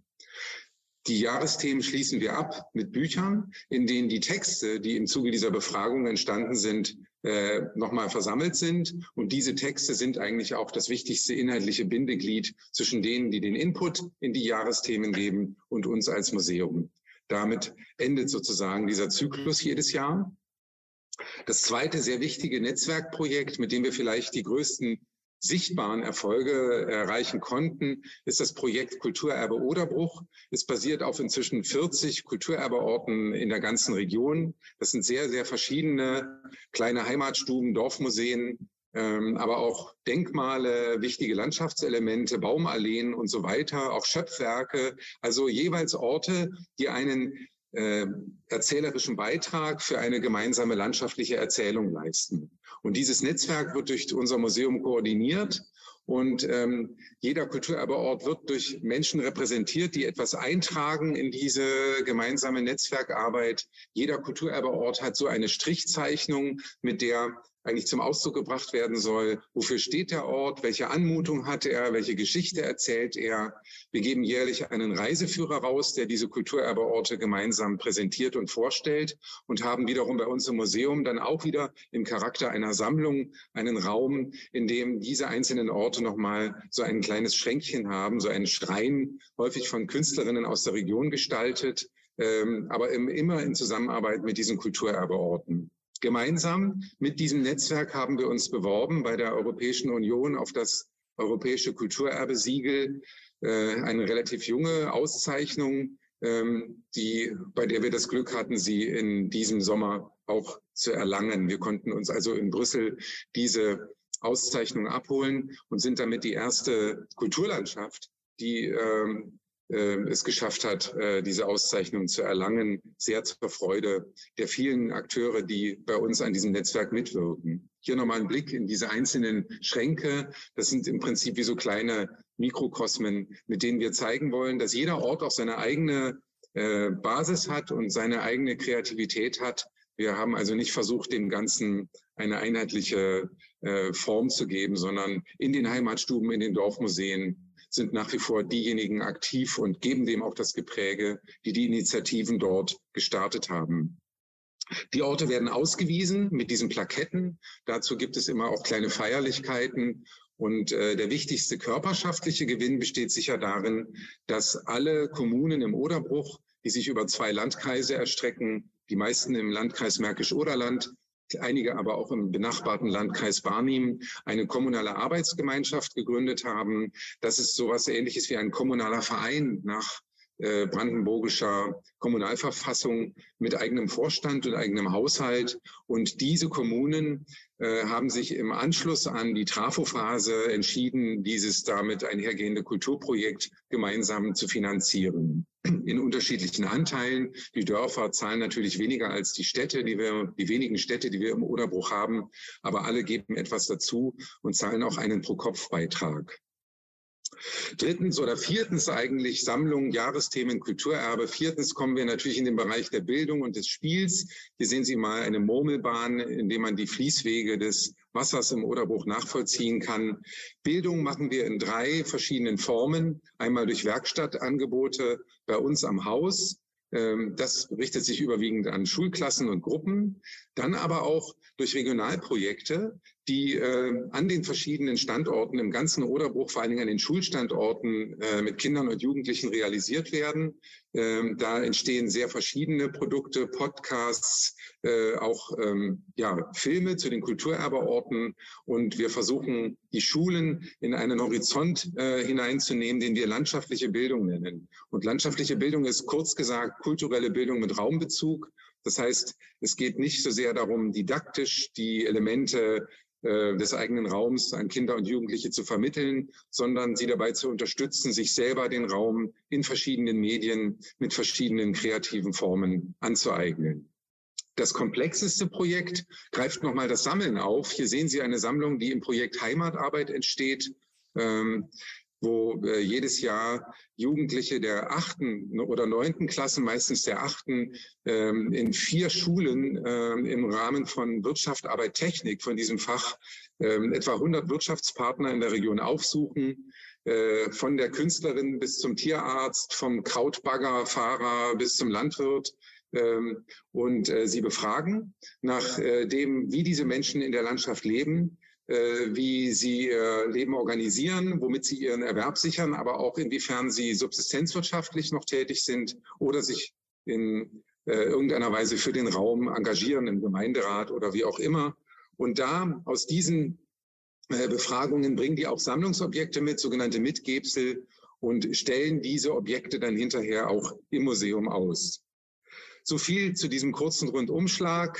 Speaker 3: Die Jahresthemen schließen wir ab mit Büchern, in denen die Texte, die im Zuge dieser Befragung entstanden sind, äh, nochmal versammelt sind. Und diese Texte sind eigentlich auch das wichtigste inhaltliche Bindeglied zwischen denen, die den Input in die Jahresthemen geben und uns als Museum. Damit endet sozusagen dieser Zyklus jedes Jahr. Das zweite sehr wichtige Netzwerkprojekt, mit dem wir vielleicht die größten sichtbaren Erfolge erreichen konnten, ist das Projekt Kulturerbe Oderbruch. Es basiert auf inzwischen vierzig Kulturerbeorten in der ganzen Region. Das sind sehr, sehr verschiedene kleine Heimatstuben, Dorfmuseen, ähm, aber auch Denkmale, wichtige Landschaftselemente, Baumalleen und so weiter, auch Schöpfwerke, also jeweils Orte, die einen äh, erzählerischen Beitrag für eine gemeinsame landschaftliche Erzählung leisten. Und dieses Netzwerk wird durch unser Museum koordiniert und ähm, jeder Kulturerbeort wird durch Menschen repräsentiert, die etwas eintragen in diese gemeinsame Netzwerkarbeit. Jeder Kulturerbeort hat so eine Strichzeichnung, mit der eigentlich zum Ausdruck gebracht werden soll, wofür steht der Ort, welche Anmutung hat er, welche Geschichte erzählt er. Wir geben jährlich einen Reiseführer raus, der diese Kulturerbeorte gemeinsam präsentiert und vorstellt und haben wiederum bei uns im Museum dann auch wieder im Charakter einer Sammlung einen Raum, in dem diese einzelnen Orte nochmal so ein kleines Schränkchen haben, so einen Schrein, häufig von Künstlerinnen aus der Region gestaltet, ähm, aber im, immer in Zusammenarbeit mit diesen Kulturerbeorten. Gemeinsam mit diesem Netzwerk haben wir uns beworben bei der Europäischen Union auf das Europäische Kulturerbe-Siegel, äh, eine relativ junge Auszeichnung, ähm, die, bei der wir das Glück hatten, sie in diesem Sommer auch zu erlangen. Wir konnten uns also in Brüssel diese Auszeichnung abholen und sind damit die erste Kulturlandschaft, die ähm, es geschafft hat, diese Auszeichnung zu erlangen, sehr zur Freude der vielen Akteure, die bei uns an diesem Netzwerk mitwirken. Hier nochmal ein Blick in diese einzelnen Schränke. Das sind im Prinzip wie so kleine Mikrokosmen, mit denen wir zeigen wollen, dass jeder Ort auch seine eigene Basis hat und seine eigene Kreativität hat. Wir haben also nicht versucht, dem Ganzen eine einheitliche Form zu geben, sondern in den Heimatstuben, in den Dorfmuseen sind nach wie vor diejenigen aktiv und geben dem auch das Gepräge, die die Initiativen dort gestartet haben. Die Orte werden ausgewiesen mit diesen Plaketten. Dazu gibt es immer auch kleine Feierlichkeiten. Und äh, der wichtigste körperschaftliche Gewinn besteht sicher darin, dass alle Kommunen im Oderbruch, die sich über zwei Landkreise erstrecken, die meisten im Landkreis Märkisch-Oderland, einige aber auch im benachbarten Landkreis Barnim, eine kommunale Arbeitsgemeinschaft gegründet haben. Das ist sowas Ähnliches wie ein kommunaler Verein nach äh, brandenburgischer Kommunalverfassung mit eigenem Vorstand und eigenem Haushalt. Und diese Kommunen äh, haben sich im Anschluss an die Trafo-Phase entschieden, dieses damit einhergehende Kulturprojekt gemeinsam zu finanzieren. In unterschiedlichen Anteilen. Die Dörfer zahlen natürlich weniger als die Städte, die wir, die wenigen Städte, die wir im Oderbruch haben, aber alle geben etwas dazu und zahlen auch einen Pro-Kopf-Beitrag. Drittens oder viertens eigentlich Sammlung, Jahresthemen, Kulturerbe. Viertens kommen wir natürlich in den Bereich der Bildung und des Spiels. Hier sehen Sie mal eine Murmelbahn, in der man die Fließwege des Wassers im Oderbruch nachvollziehen kann. Bildung machen wir in drei verschiedenen Formen. Einmal durch Werkstattangebote bei uns am Haus. Das richtet sich überwiegend an Schulklassen und Gruppen. Dann aber auch durch Regionalprojekte, die äh, an den verschiedenen Standorten im ganzen Oderbruch, vor allen Dingen an den Schulstandorten äh, mit Kindern und Jugendlichen realisiert werden. Ähm, da entstehen sehr verschiedene Produkte, Podcasts, äh, auch ähm, ja, Filme zu den Kulturerbeorten. Und wir versuchen, die Schulen in einen Horizont äh, hineinzunehmen, den wir landschaftliche Bildung nennen. Und landschaftliche Bildung ist kurz gesagt kulturelle Bildung mit Raumbezug. Das heißt, es geht nicht so sehr darum, didaktisch die Elemente äh, des eigenen Raums an Kinder und Jugendliche zu vermitteln, sondern sie dabei zu unterstützen, sich selber den Raum in verschiedenen Medien mit verschiedenen kreativen Formen anzueignen. Das komplexeste Projekt greift nochmal das Sammeln auf. Hier sehen Sie eine Sammlung, die im Projekt Heimatarbeit entsteht, ähm, wo äh, jedes Jahr Jugendliche der achten oder neunten Klassen, meistens der achten, ähm, in vier Schulen ähm, im Rahmen von Wirtschaft, Arbeit, Technik von diesem Fach ähm, etwa hundert Wirtschaftspartner in der Region aufsuchen, äh, von der Künstlerin bis zum Tierarzt, vom Krautbaggerfahrer bis zum Landwirt. Ähm, und äh, sie befragen nach äh, dem, wie diese Menschen in der Landschaft leben, wie sie ihr Leben organisieren, womit sie ihren Erwerb sichern, aber auch inwiefern sie subsistenzwirtschaftlich noch tätig sind oder sich in äh, irgendeiner Weise für den Raum engagieren, im Gemeinderat oder wie auch immer. Und da aus diesen äh, Befragungen bringen die auch Sammlungsobjekte mit, sogenannte Mitgebsel, und stellen diese Objekte dann hinterher auch im Museum aus. So viel zu diesem kurzen Rundumschlag.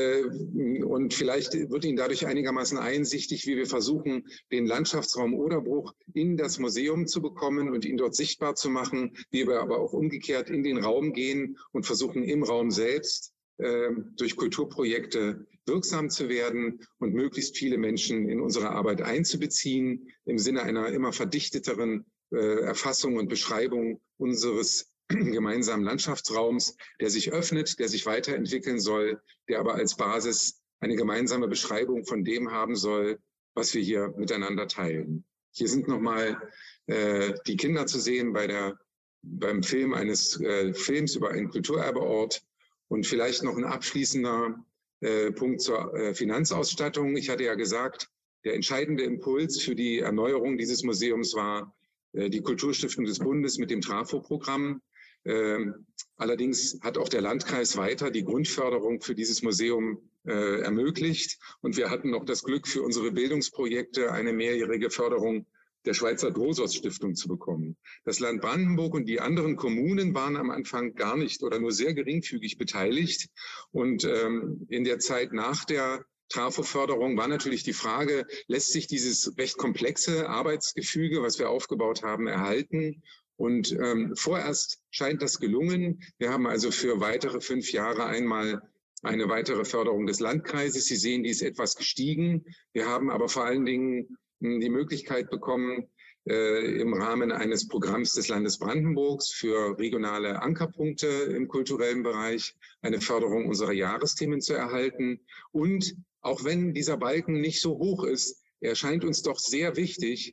Speaker 3: Und vielleicht wird Ihnen dadurch einigermaßen einsichtig, wie wir versuchen, den Landschaftsraum Oderbruch in das Museum zu bekommen und ihn dort sichtbar zu machen, wie wir aber auch umgekehrt in den Raum gehen und versuchen, im Raum selbst äh, durch Kulturprojekte wirksam zu werden und möglichst viele Menschen in unsere Arbeit einzubeziehen, im Sinne einer immer verdichteteren äh, Erfassung und Beschreibung unseres gemeinsamen Landschaftsraums, der sich öffnet, der sich weiterentwickeln soll, der aber als Basis eine gemeinsame Beschreibung von dem haben soll, was wir hier miteinander teilen. Hier sind nochmal äh, die Kinder zu sehen bei der, beim Film eines äh, Films über einen Kulturerbeort und vielleicht noch ein abschließender äh, Punkt zur äh, Finanzausstattung. Ich hatte ja gesagt, der entscheidende Impuls für die Erneuerung dieses Museums war äh, die Kulturstiftung des Bundes mit dem Trafo-Programm. Ähm, allerdings hat auch der Landkreis weiter die Grundförderung für dieses Museum äh, ermöglicht. Und wir hatten noch das Glück, für unsere Bildungsprojekte eine mehrjährige Förderung der Schweizer Drosos-Stiftung zu bekommen. Das Land Brandenburg und die anderen Kommunen waren am Anfang gar nicht oder nur sehr geringfügig beteiligt. Und ähm, in der Zeit nach der Trafo-Förderung war natürlich die Frage, lässt sich dieses recht komplexe Arbeitsgefüge, was wir aufgebaut haben, erhalten? Und ähm, vorerst scheint das gelungen. Wir haben also für weitere fünf Jahre einmal eine weitere Förderung des Landkreises. Sie sehen, die ist etwas gestiegen. Wir haben aber vor allen Dingen mh, die Möglichkeit bekommen, äh, im Rahmen eines Programms des Landes Brandenburgs für regionale Ankerpunkte im kulturellen Bereich eine Förderung unserer Jahresthemen zu erhalten. Und auch wenn dieser Balken nicht so hoch ist, er scheint uns doch sehr wichtig.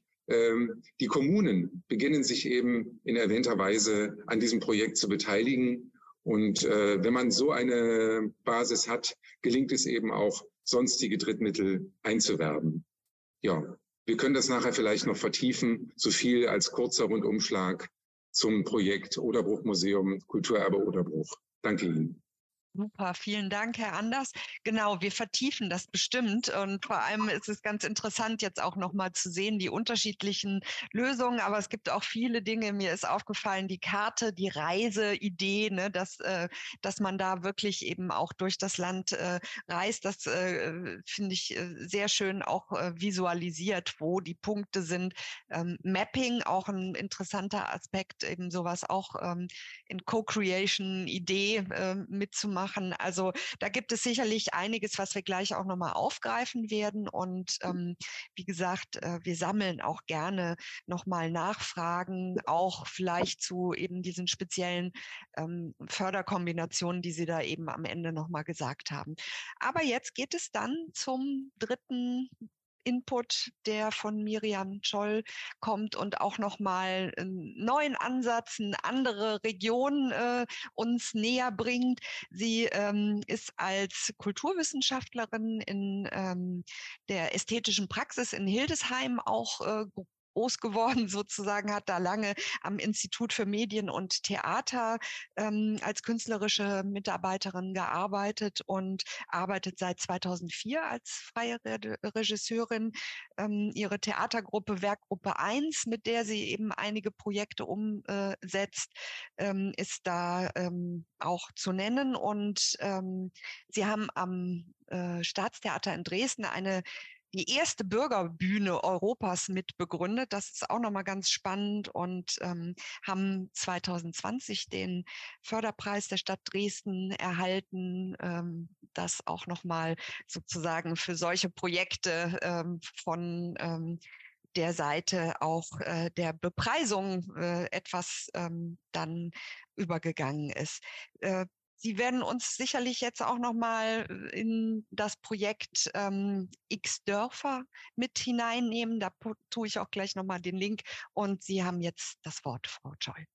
Speaker 3: Die Kommunen beginnen sich eben in erwähnter Weise an diesem Projekt zu beteiligen. Und äh, wenn man so eine Basis hat, gelingt es eben auch, sonstige Drittmittel einzuwerben. Ja, wir können das nachher vielleicht noch vertiefen. So viel als kurzer Rundumschlag zum Projekt Oderbruch Museum Kulturerbe Oderbruch. Danke Ihnen.
Speaker 1: Super, vielen Dank, Herr Anders. Genau, wir vertiefen das bestimmt und vor allem ist es ganz interessant, jetzt auch nochmal zu sehen, die unterschiedlichen Lösungen, aber es gibt auch viele Dinge, mir ist aufgefallen, die Karte, die Reiseidee, ne, dass, äh, dass man da wirklich eben auch durch das Land äh, reist, das äh, finde ich äh, sehr schön auch äh, visualisiert, wo die Punkte sind. Ähm, Mapping, auch ein interessanter Aspekt, eben sowas auch ähm, in Co-Creation, Idee äh, mitzumachen. Also da gibt es sicherlich einiges, was wir gleich auch nochmal aufgreifen werden. Und ähm, wie gesagt, äh, wir sammeln auch gerne nochmal Nachfragen, auch vielleicht zu eben diesen speziellen ähm, Förderkombinationen, die Sie da eben am Ende nochmal gesagt haben. Aber jetzt geht es dann zum dritten Input, der von Miriam Scholl kommt und auch nochmal einen neuen Ansatz, eine andere Region äh, uns näher bringt. Sie ähm, ist als Kulturwissenschaftlerin in ähm, der ästhetischen Praxis in Hildesheim auch äh, groß geworden sozusagen, hat da lange am Institut für Medien und Theater ähm, als künstlerische Mitarbeiterin gearbeitet und arbeitet seit zweitausendvier als freie Re Regisseurin. Ähm, ihre Theatergruppe Werkgruppe eins, mit der sie eben einige Projekte umsetzt, ähm, ist da ähm, auch zu nennen. Und ähm, sie haben am äh, Staatstheater in Dresden eine die erste Bürgerbühne Europas mitbegründet. Das ist auch nochmal ganz spannend und ähm, haben zweitausendzwanzig den Förderpreis der Stadt Dresden erhalten. Ähm, das auch nochmal sozusagen für solche Projekte ähm, von ähm, der Seite auch äh, der Bepreisung äh, etwas ähm, dann übergegangen ist. Äh, Sie werden uns sicherlich jetzt auch noch mal in das Projekt ähm, X Dörfer mit hineinnehmen. Da tue ich auch gleich noch mal den Link. Und Sie haben jetzt das Wort, Frau Scholl.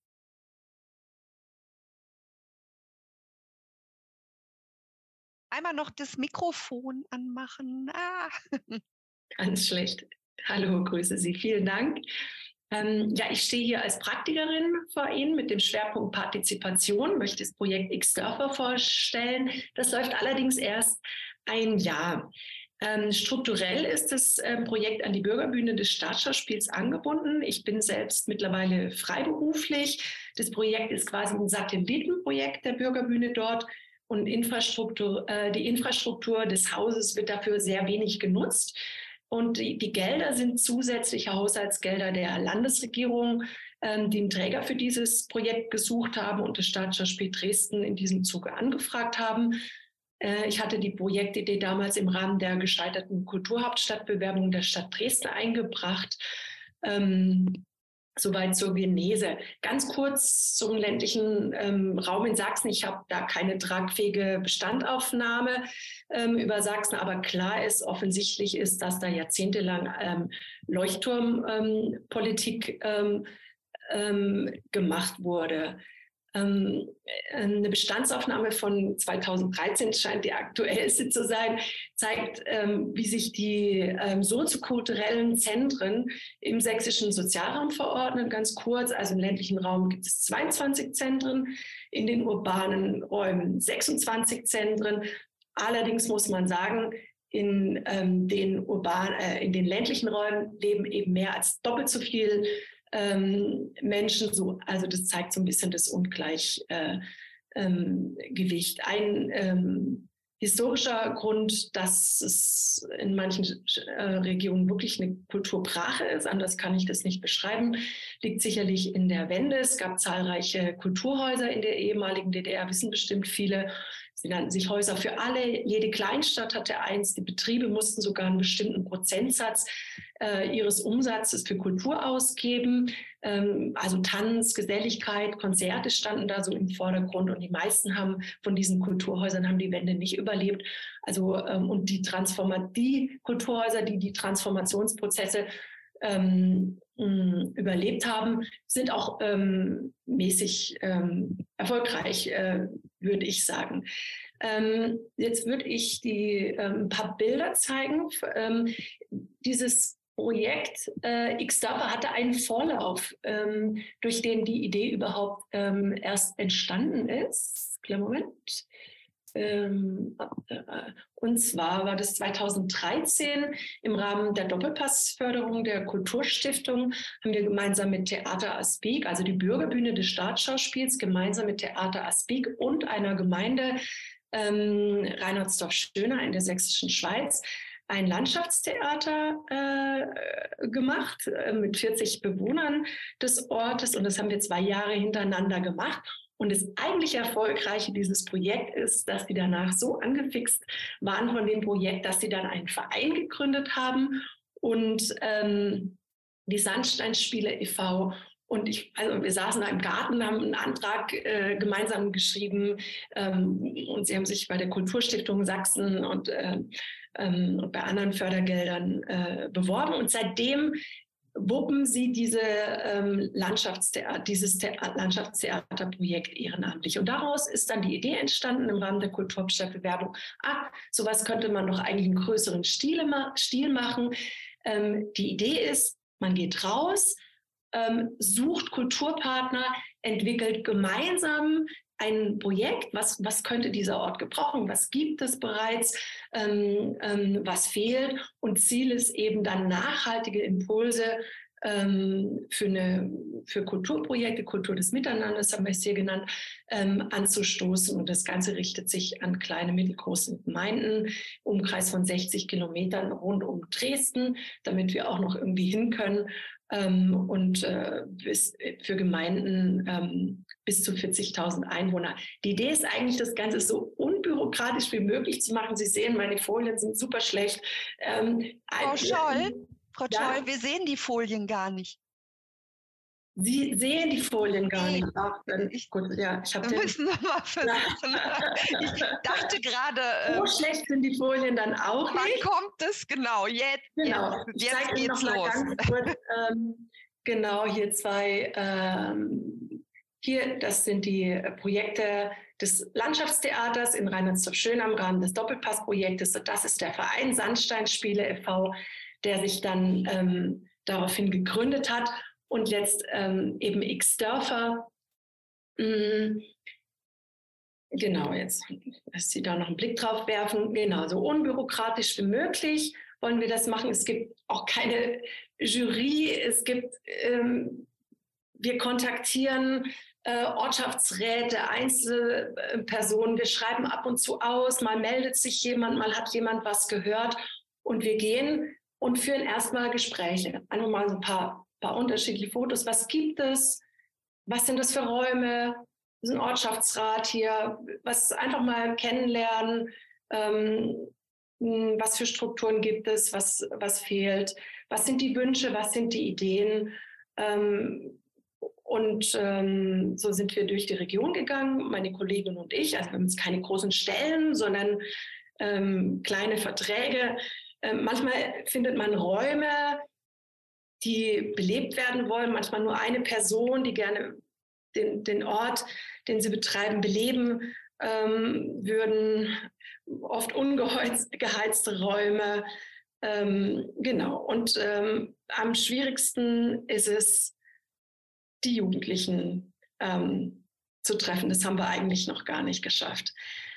Speaker 1: Einmal noch das Mikrofon anmachen. Ah.
Speaker 4: Ganz schlecht. Hallo, grüße Sie. Vielen Dank. Ähm, ja, ich stehe hier als Praktikerin vor Ihnen mit dem Schwerpunkt Partizipation, möchte das Projekt X-Dörfer vorstellen. Das läuft allerdings erst ein Jahr. Ähm, strukturell ist das äh, Projekt an die Bürgerbühne des Staatsschauspiels angebunden. Ich bin selbst mittlerweile freiberuflich. Das Projekt ist quasi ein Satellitenprojekt der Bürgerbühne dort. Und Infrastruktur, äh, die Infrastruktur des Hauses wird dafür sehr wenig genutzt. Und die, die Gelder sind zusätzliche Haushaltsgelder der Landesregierung, ähm, die einen Träger für dieses Projekt gesucht haben und das Staatsschauspiel Dresden in diesem Zuge angefragt haben. Äh, ich hatte die Projektidee damals im Rahmen der gescheiterten Kulturhauptstadtbewerbung der Stadt Dresden eingebracht. Ähm, Soweit zur Genese. Ganz kurz zum ländlichen ähm, Raum in Sachsen. Ich habe da keine tragfähige Bestandaufnahme ähm, über Sachsen, aber klar ist, offensichtlich ist, dass da jahrzehntelang ähm, Leuchtturmpolitik ähm, ähm, gemacht wurde. Ähm, eine Bestandsaufnahme von zweitausenddreizehn scheint die aktuellste zu sein, zeigt, ähm, wie sich die ähm, soziokulturellen Zentren im sächsischen Sozialraum verordnen. Ganz kurz, also im ländlichen Raum gibt es zweiundzwanzig Zentren, in den urbanen Räumen sechsundzwanzig Zentren. Allerdings muss man sagen, in, ähm, den, urban, äh, in den ländlichen Räumen leben eben mehr als doppelt so viel Ähm, Menschen, so, also das zeigt so ein bisschen das Ungleichgewicht. Äh, ähm, ein ähm, historischer Grund, dass es in manchen äh, Regionen wirklich eine Kulturbrache ist, anders kann ich das nicht beschreiben, liegt sicherlich in der Wende. Es gab zahlreiche Kulturhäuser in der ehemaligen D D R, wissen bestimmt viele. Sie nannten sich Häuser für alle. Jede Kleinstadt hatte eins. Die Betriebe mussten sogar einen bestimmten Prozentsatz äh, ihres Umsatzes für Kultur ausgeben. Ähm, also Tanz, Geselligkeit, Konzerte standen da so im Vordergrund. Und die meisten haben von diesen Kulturhäusern haben die Wende nicht überlebt. Also ähm, und die Transforma- die Kulturhäuser, die die Transformationsprozesse ähm, mh, überlebt haben, sind auch ähm, mäßig ähm, erfolgreich, äh, würde ich sagen. Ähm, jetzt würde ich die ähm, ein paar Bilder zeigen. Ähm, dieses Projekt äh, X-Dörfer hatte einen Vorlauf, ähm, durch den die Idee überhaupt ähm, erst entstanden ist. Kleinen Moment. Ähm, äh, und zwar war das zweitausenddreizehn im Rahmen der Doppelpassförderung der Kulturstiftung, haben wir gemeinsam mit Theater Aspik, also die Bürgerbühne des Staatsschauspiels, gemeinsam mit Theater Aspik und einer Gemeinde ähm, Reinhardsdorf-Schöna in der sächsischen Schweiz ein Landschaftstheater äh, gemacht äh, mit vierzig Bewohnern des Ortes, und das haben wir zwei Jahre hintereinander gemacht. Und das eigentlich Erfolgreiche dieses Projekt ist, dass die danach so angefixt waren von dem Projekt, dass sie dann einen Verein gegründet haben und ähm, die Sandsteinspiele e V. Und ich, also wir saßen da im Garten, haben einen Antrag äh, gemeinsam geschrieben ähm, und sie haben sich bei der Kulturstiftung Sachsen und, äh, ähm, und bei anderen Fördergeldern äh, beworben. Und seitdem wuppen sie diese, ähm, Landschaftstheater, dieses Thea- Landschaftstheaterprojekt ehrenamtlich. Und daraus ist dann die Idee entstanden im Rahmen der Kulturhauptstadtbewerbung, ah, sowas könnte man doch eigentlich im größeren Stil, ma- Stil machen. Ähm, die Idee ist, man geht raus, ähm, sucht Kulturpartner, entwickelt gemeinsam ein Projekt, was, was könnte dieser Ort gebrauchen, was gibt es bereits, ähm, ähm, was fehlt, und Ziel ist eben dann nachhaltige Impulse ähm, für, eine, für Kulturprojekte, Kultur des Miteinanders, haben wir es hier genannt, ähm, anzustoßen, und das Ganze richtet sich an kleine, mittelgroße Gemeinden, Umkreis von sechzig Kilometern rund um Dresden, damit wir auch noch irgendwie hin können. Ähm, und äh, bis, für Gemeinden ähm, bis zu vierzigtausend Einwohner. Die Idee ist eigentlich, das Ganze so unbürokratisch wie möglich zu machen. Sie sehen, meine Folien sind super schlecht. Ähm,
Speaker 1: Frau Scholl, Frau
Speaker 4: ja?
Speaker 1: Scholl, wir sehen die Folien gar nicht.
Speaker 4: Sie sehen die Folien gar
Speaker 1: Nee.
Speaker 4: nicht. Ach, dann,
Speaker 1: Ich,
Speaker 4: gut, ja, ich
Speaker 1: wir
Speaker 4: den,
Speaker 1: müssen noch mal versuchen. Ich dachte gerade,
Speaker 4: so
Speaker 1: ähm,
Speaker 4: schlecht sind die Folien dann auch
Speaker 1: wann
Speaker 4: nicht.
Speaker 1: kommt es? Genau, jetzt,
Speaker 4: Genau.
Speaker 1: jetzt,
Speaker 4: Ich
Speaker 1: jetzt
Speaker 4: zeige Ihnen
Speaker 1: geht's
Speaker 4: noch mal
Speaker 1: los.
Speaker 4: ganz kurz, ähm, genau, hier zwei, ähm, hier, das sind die äh, Projekte des Landschaftstheaters in Reinhardsdorf-Schöna im Rahmen des Doppelpassprojektes. Das ist der Verein Sandsteinspiele e V, der sich dann ähm, daraufhin gegründet hat. und jetzt ähm, eben X-Dörfer. Mhm. Genau, jetzt lässt Sie da noch einen Blick drauf werfen. Genau, so unbürokratisch wie möglich wollen wir das machen. Es gibt auch keine Jury. Es gibt, ähm, wir kontaktieren äh, Ortschaftsräte, Einzelpersonen. Wir schreiben ab und zu aus. Mal meldet sich jemand, mal hat jemand was gehört. Und wir gehen und führen erstmal Gespräche. Einfach mal so ein paar, paar unterschiedliche Fotos. Was gibt es? Was sind das für Räume? Das ist ein Ortschaftsrat hier. Was einfach mal kennenlernen. Ähm, was für Strukturen gibt es? Was, was fehlt? Was sind die Wünsche? Was sind die Ideen? Ähm, und ähm, so sind wir durch die Region gegangen, meine Kollegin und ich. Also wir haben jetzt keine großen Stellen, sondern ähm, kleine Verträge. Ähm, manchmal findet man Räume, die belebt werden wollen. Manchmal nur eine Person, die gerne den, den Ort, den sie betreiben, beleben ähm, würden. Oft ungeheizte Räume. Ähm, genau. Und ähm, am schwierigsten ist es, die Jugendlichen ähm, zu treffen. Das haben wir eigentlich noch gar nicht geschafft.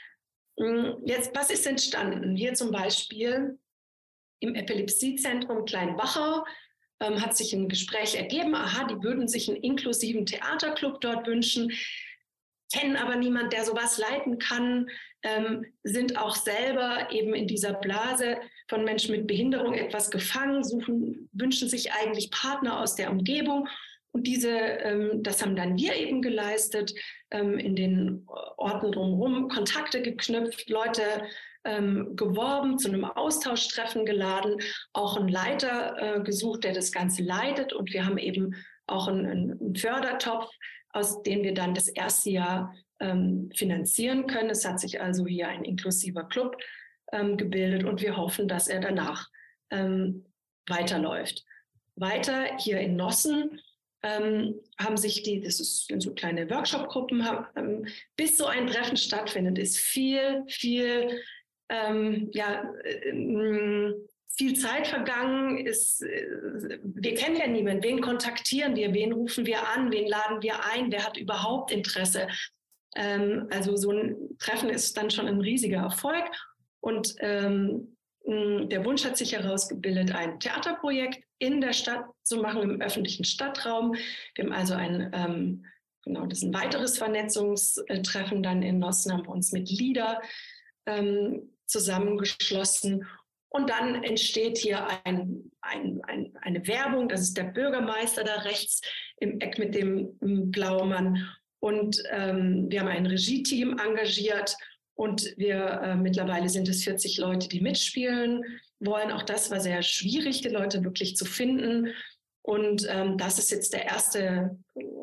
Speaker 4: Jetzt, was ist entstanden? Hier zum Beispiel im Epilepsiezentrum Kleinwachau ähm, hat sich ein Gespräch ergeben. Aha, die würden sich einen inklusiven Theaterclub dort wünschen, kennen aber niemand, der sowas leiten kann, ähm, sind auch selber eben in dieser Blase von Menschen mit Behinderung etwas gefangen, suchen, wünschen sich eigentlich Partner aus der Umgebung. Und diese, ähm, das haben dann wir eben geleistet, ähm, in den Orten drumherum Kontakte geknüpft, Leute ähm, geworben, zu einem Austauschtreffen geladen, auch einen Leiter äh, gesucht, der das Ganze leitet. Und wir haben eben auch einen, einen Fördertopf, aus dem wir dann das erste Jahr ähm, finanzieren können. Es hat sich also hier ein inklusiver Club ähm, gebildet und wir hoffen, dass er danach ähm, weiterläuft. Weiter hier in Nossen ähm, haben sich die, das ist, sind so kleine Workshop-Gruppen, haben, ähm, bis so ein Treffen stattfindet, ist viel, viel, ähm, ja, äh, viel Zeit vergangen, ist, wir kennen ja niemanden, wen kontaktieren wir, wen rufen wir an, wen laden wir ein, wer hat überhaupt Interesse. Ähm, also so ein Treffen ist dann schon ein riesiger Erfolg und ähm, der Wunsch hat sich herausgebildet, ein Theaterprojekt in der Stadt zu machen, im öffentlichen Stadtraum. Wir haben also ein, ähm, genau, das ist ein weiteres Vernetzungstreffen dann in Nossen, haben wir uns mit LIDA ähm, zusammengeschlossen. Und dann entsteht hier ein, ein, ein, eine Werbung, das ist der Bürgermeister da rechts im Eck mit dem Blaumann. Und ähm, wir haben ein Regie-Team engagiert und wir äh, mittlerweile sind es vierzig Leute, die mitspielen wollen. Auch das war sehr schwierig, die Leute wirklich zu finden. Und ähm, das ist jetzt der erste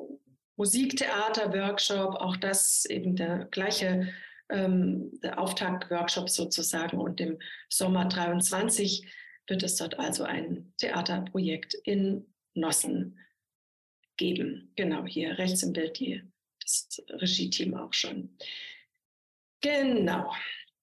Speaker 4: Musiktheater-Workshop, auch das eben der gleiche Ähm, der Auftakt-Workshop sozusagen und im Sommer dreiundzwanzig wird es dort also ein Theaterprojekt in Nossen geben. Genau, hier rechts im Bild die, das Regie-Team auch schon. Genau.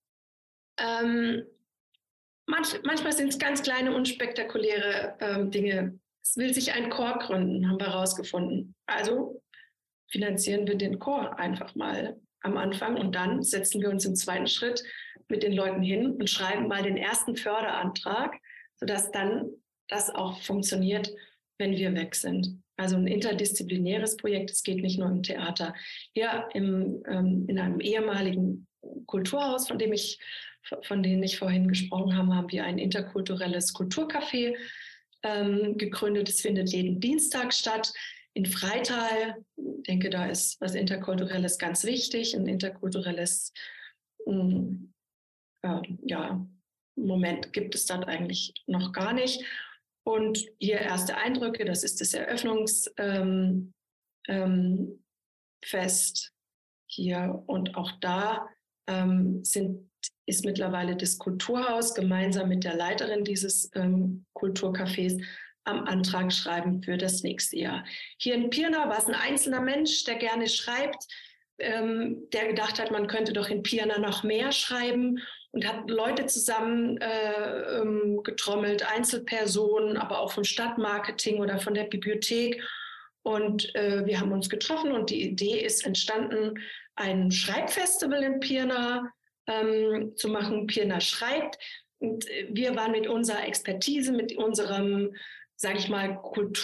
Speaker 4: Ähm, manch, manchmal sind es ganz kleine, unspektakuläre ähm, Dinge. Es will sich ein Chor gründen, haben wir herausgefunden. Also finanzieren wir den Chor einfach mal am Anfang und dann setzen wir uns im zweiten Schritt mit den Leuten hin und schreiben mal den ersten Förderantrag, sodass dann das auch funktioniert, wenn wir weg sind. Also ein interdisziplinäres Projekt, es geht nicht nur im Theater. Hier im, ähm, in einem ehemaligen Kulturhaus, von dem ich, von dem ich vorhin gesprochen habe, haben wir ein interkulturelles Kulturcafé ähm, gegründet. Es findet jeden Dienstag statt. In Freital, ich denke, da ist was Interkulturelles ganz wichtig, ein interkulturelles äh, ja, Moment gibt es dort eigentlich noch gar nicht. Und hier erste Eindrücke, das ist das Eröffnungsfest ähm, ähm, hier. Und auch da ähm, sind, ist mittlerweile das Kulturhaus gemeinsam mit der Leiterin dieses ähm, Kulturcafés am Antrag schreiben für das nächste Jahr. Hier in Pirna war es ein einzelner Mensch, der gerne schreibt, ähm, der gedacht hat, man könnte doch in Pirna noch mehr schreiben. und hat Leute zusammen äh, ähm, getrommelt, Einzelpersonen, aber auch vom Stadtmarketing oder von der Bibliothek. Und äh, wir haben uns getroffen und die Idee ist entstanden, ein Schreibfestival in Pirna ähm, zu machen. Pirna schreibt. Und wir waren mit unserer Expertise, mit unserem, sage ich mal,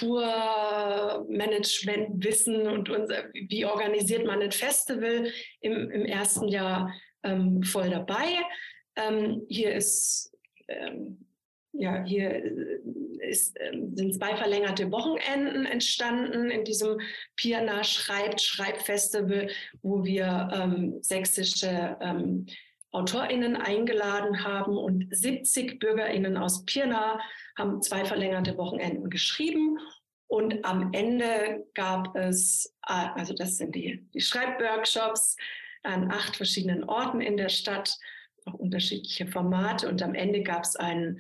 Speaker 4: Kulturmanagement-Wissen und unser, wie organisiert man ein Festival im, im ersten Jahr ähm, voll dabei. Ähm, hier ist ähm, ja hier ist, ähm, sind zwei verlängerte Wochenenden entstanden in diesem Pirna schreibt Schreibfestival, wo wir ähm, sächsische ähm, AutorInnen eingeladen haben und siebzig BürgerInnen aus Pirna haben zwei verlängerte Wochenenden geschrieben. Und am Ende gab es, also das sind die, die Schreibworkshops an acht verschiedenen Orten in der Stadt, auch unterschiedliche Formate. Und am Ende gab es einen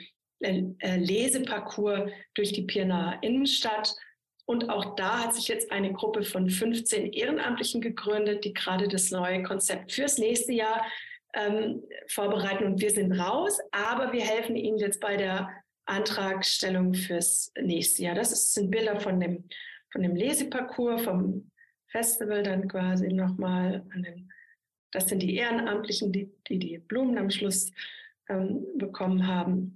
Speaker 4: Leseparcours durch die Pirnaer Innenstadt. Und auch da hat sich jetzt eine Gruppe von fünfzehn Ehrenamtlichen gegründet, die gerade das neue Konzept fürs nächste Jahr Ähm, vorbereiten und wir sind raus, aber wir helfen Ihnen jetzt bei der Antragstellung fürs nächste Jahr. Das ist, sind Bilder von dem, von dem Leseparcours, vom Festival dann quasi nochmal. An den, das sind die Ehrenamtlichen, die die, die Blumen am Schluss ähm, bekommen haben.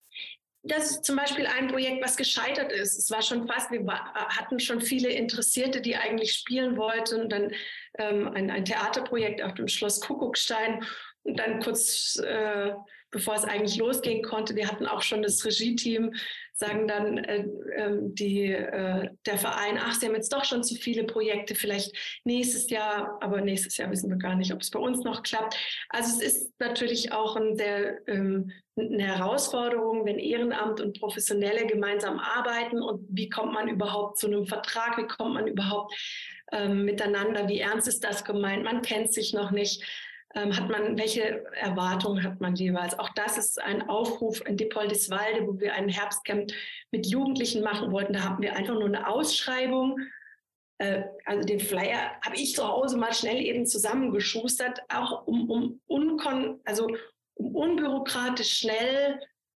Speaker 4: Das ist zum Beispiel ein Projekt, was gescheitert ist. Es war schon fast, wir war, hatten schon viele Interessierte, die eigentlich spielen wollten. Und dann ähm, ein, ein Theaterprojekt auf dem Schloss Kuckuckstein. Und dann kurz, äh, bevor es eigentlich losgehen konnte, wir hatten auch schon das Regie-Team, sagen dann äh, äh, die, äh, der Verein, ach, sie haben jetzt doch schon zu viele Projekte, vielleicht nächstes Jahr, aber nächstes Jahr wissen wir gar nicht, ob es bei uns noch klappt. Also es ist natürlich auch ein sehr, ähm, eine Herausforderung, wenn Ehrenamt und Professionelle gemeinsam arbeiten und wie kommt man überhaupt zu einem Vertrag, wie kommt man überhaupt ähm, miteinander, wie ernst ist das gemeint, man kennt sich noch nicht. Ähm, hat man, welche Erwartungen hat man jeweils? Auch das ist ein Aufruf in Dippoldiswalde, wo wir einen Herbstcamp mit Jugendlichen machen wollten. Da hatten wir einfach nur eine Ausschreibung. Äh, also den Flyer habe ich zu Hause mal schnell eben zusammengeschustert, auch um, um, unkon, also um unbürokratisch schnell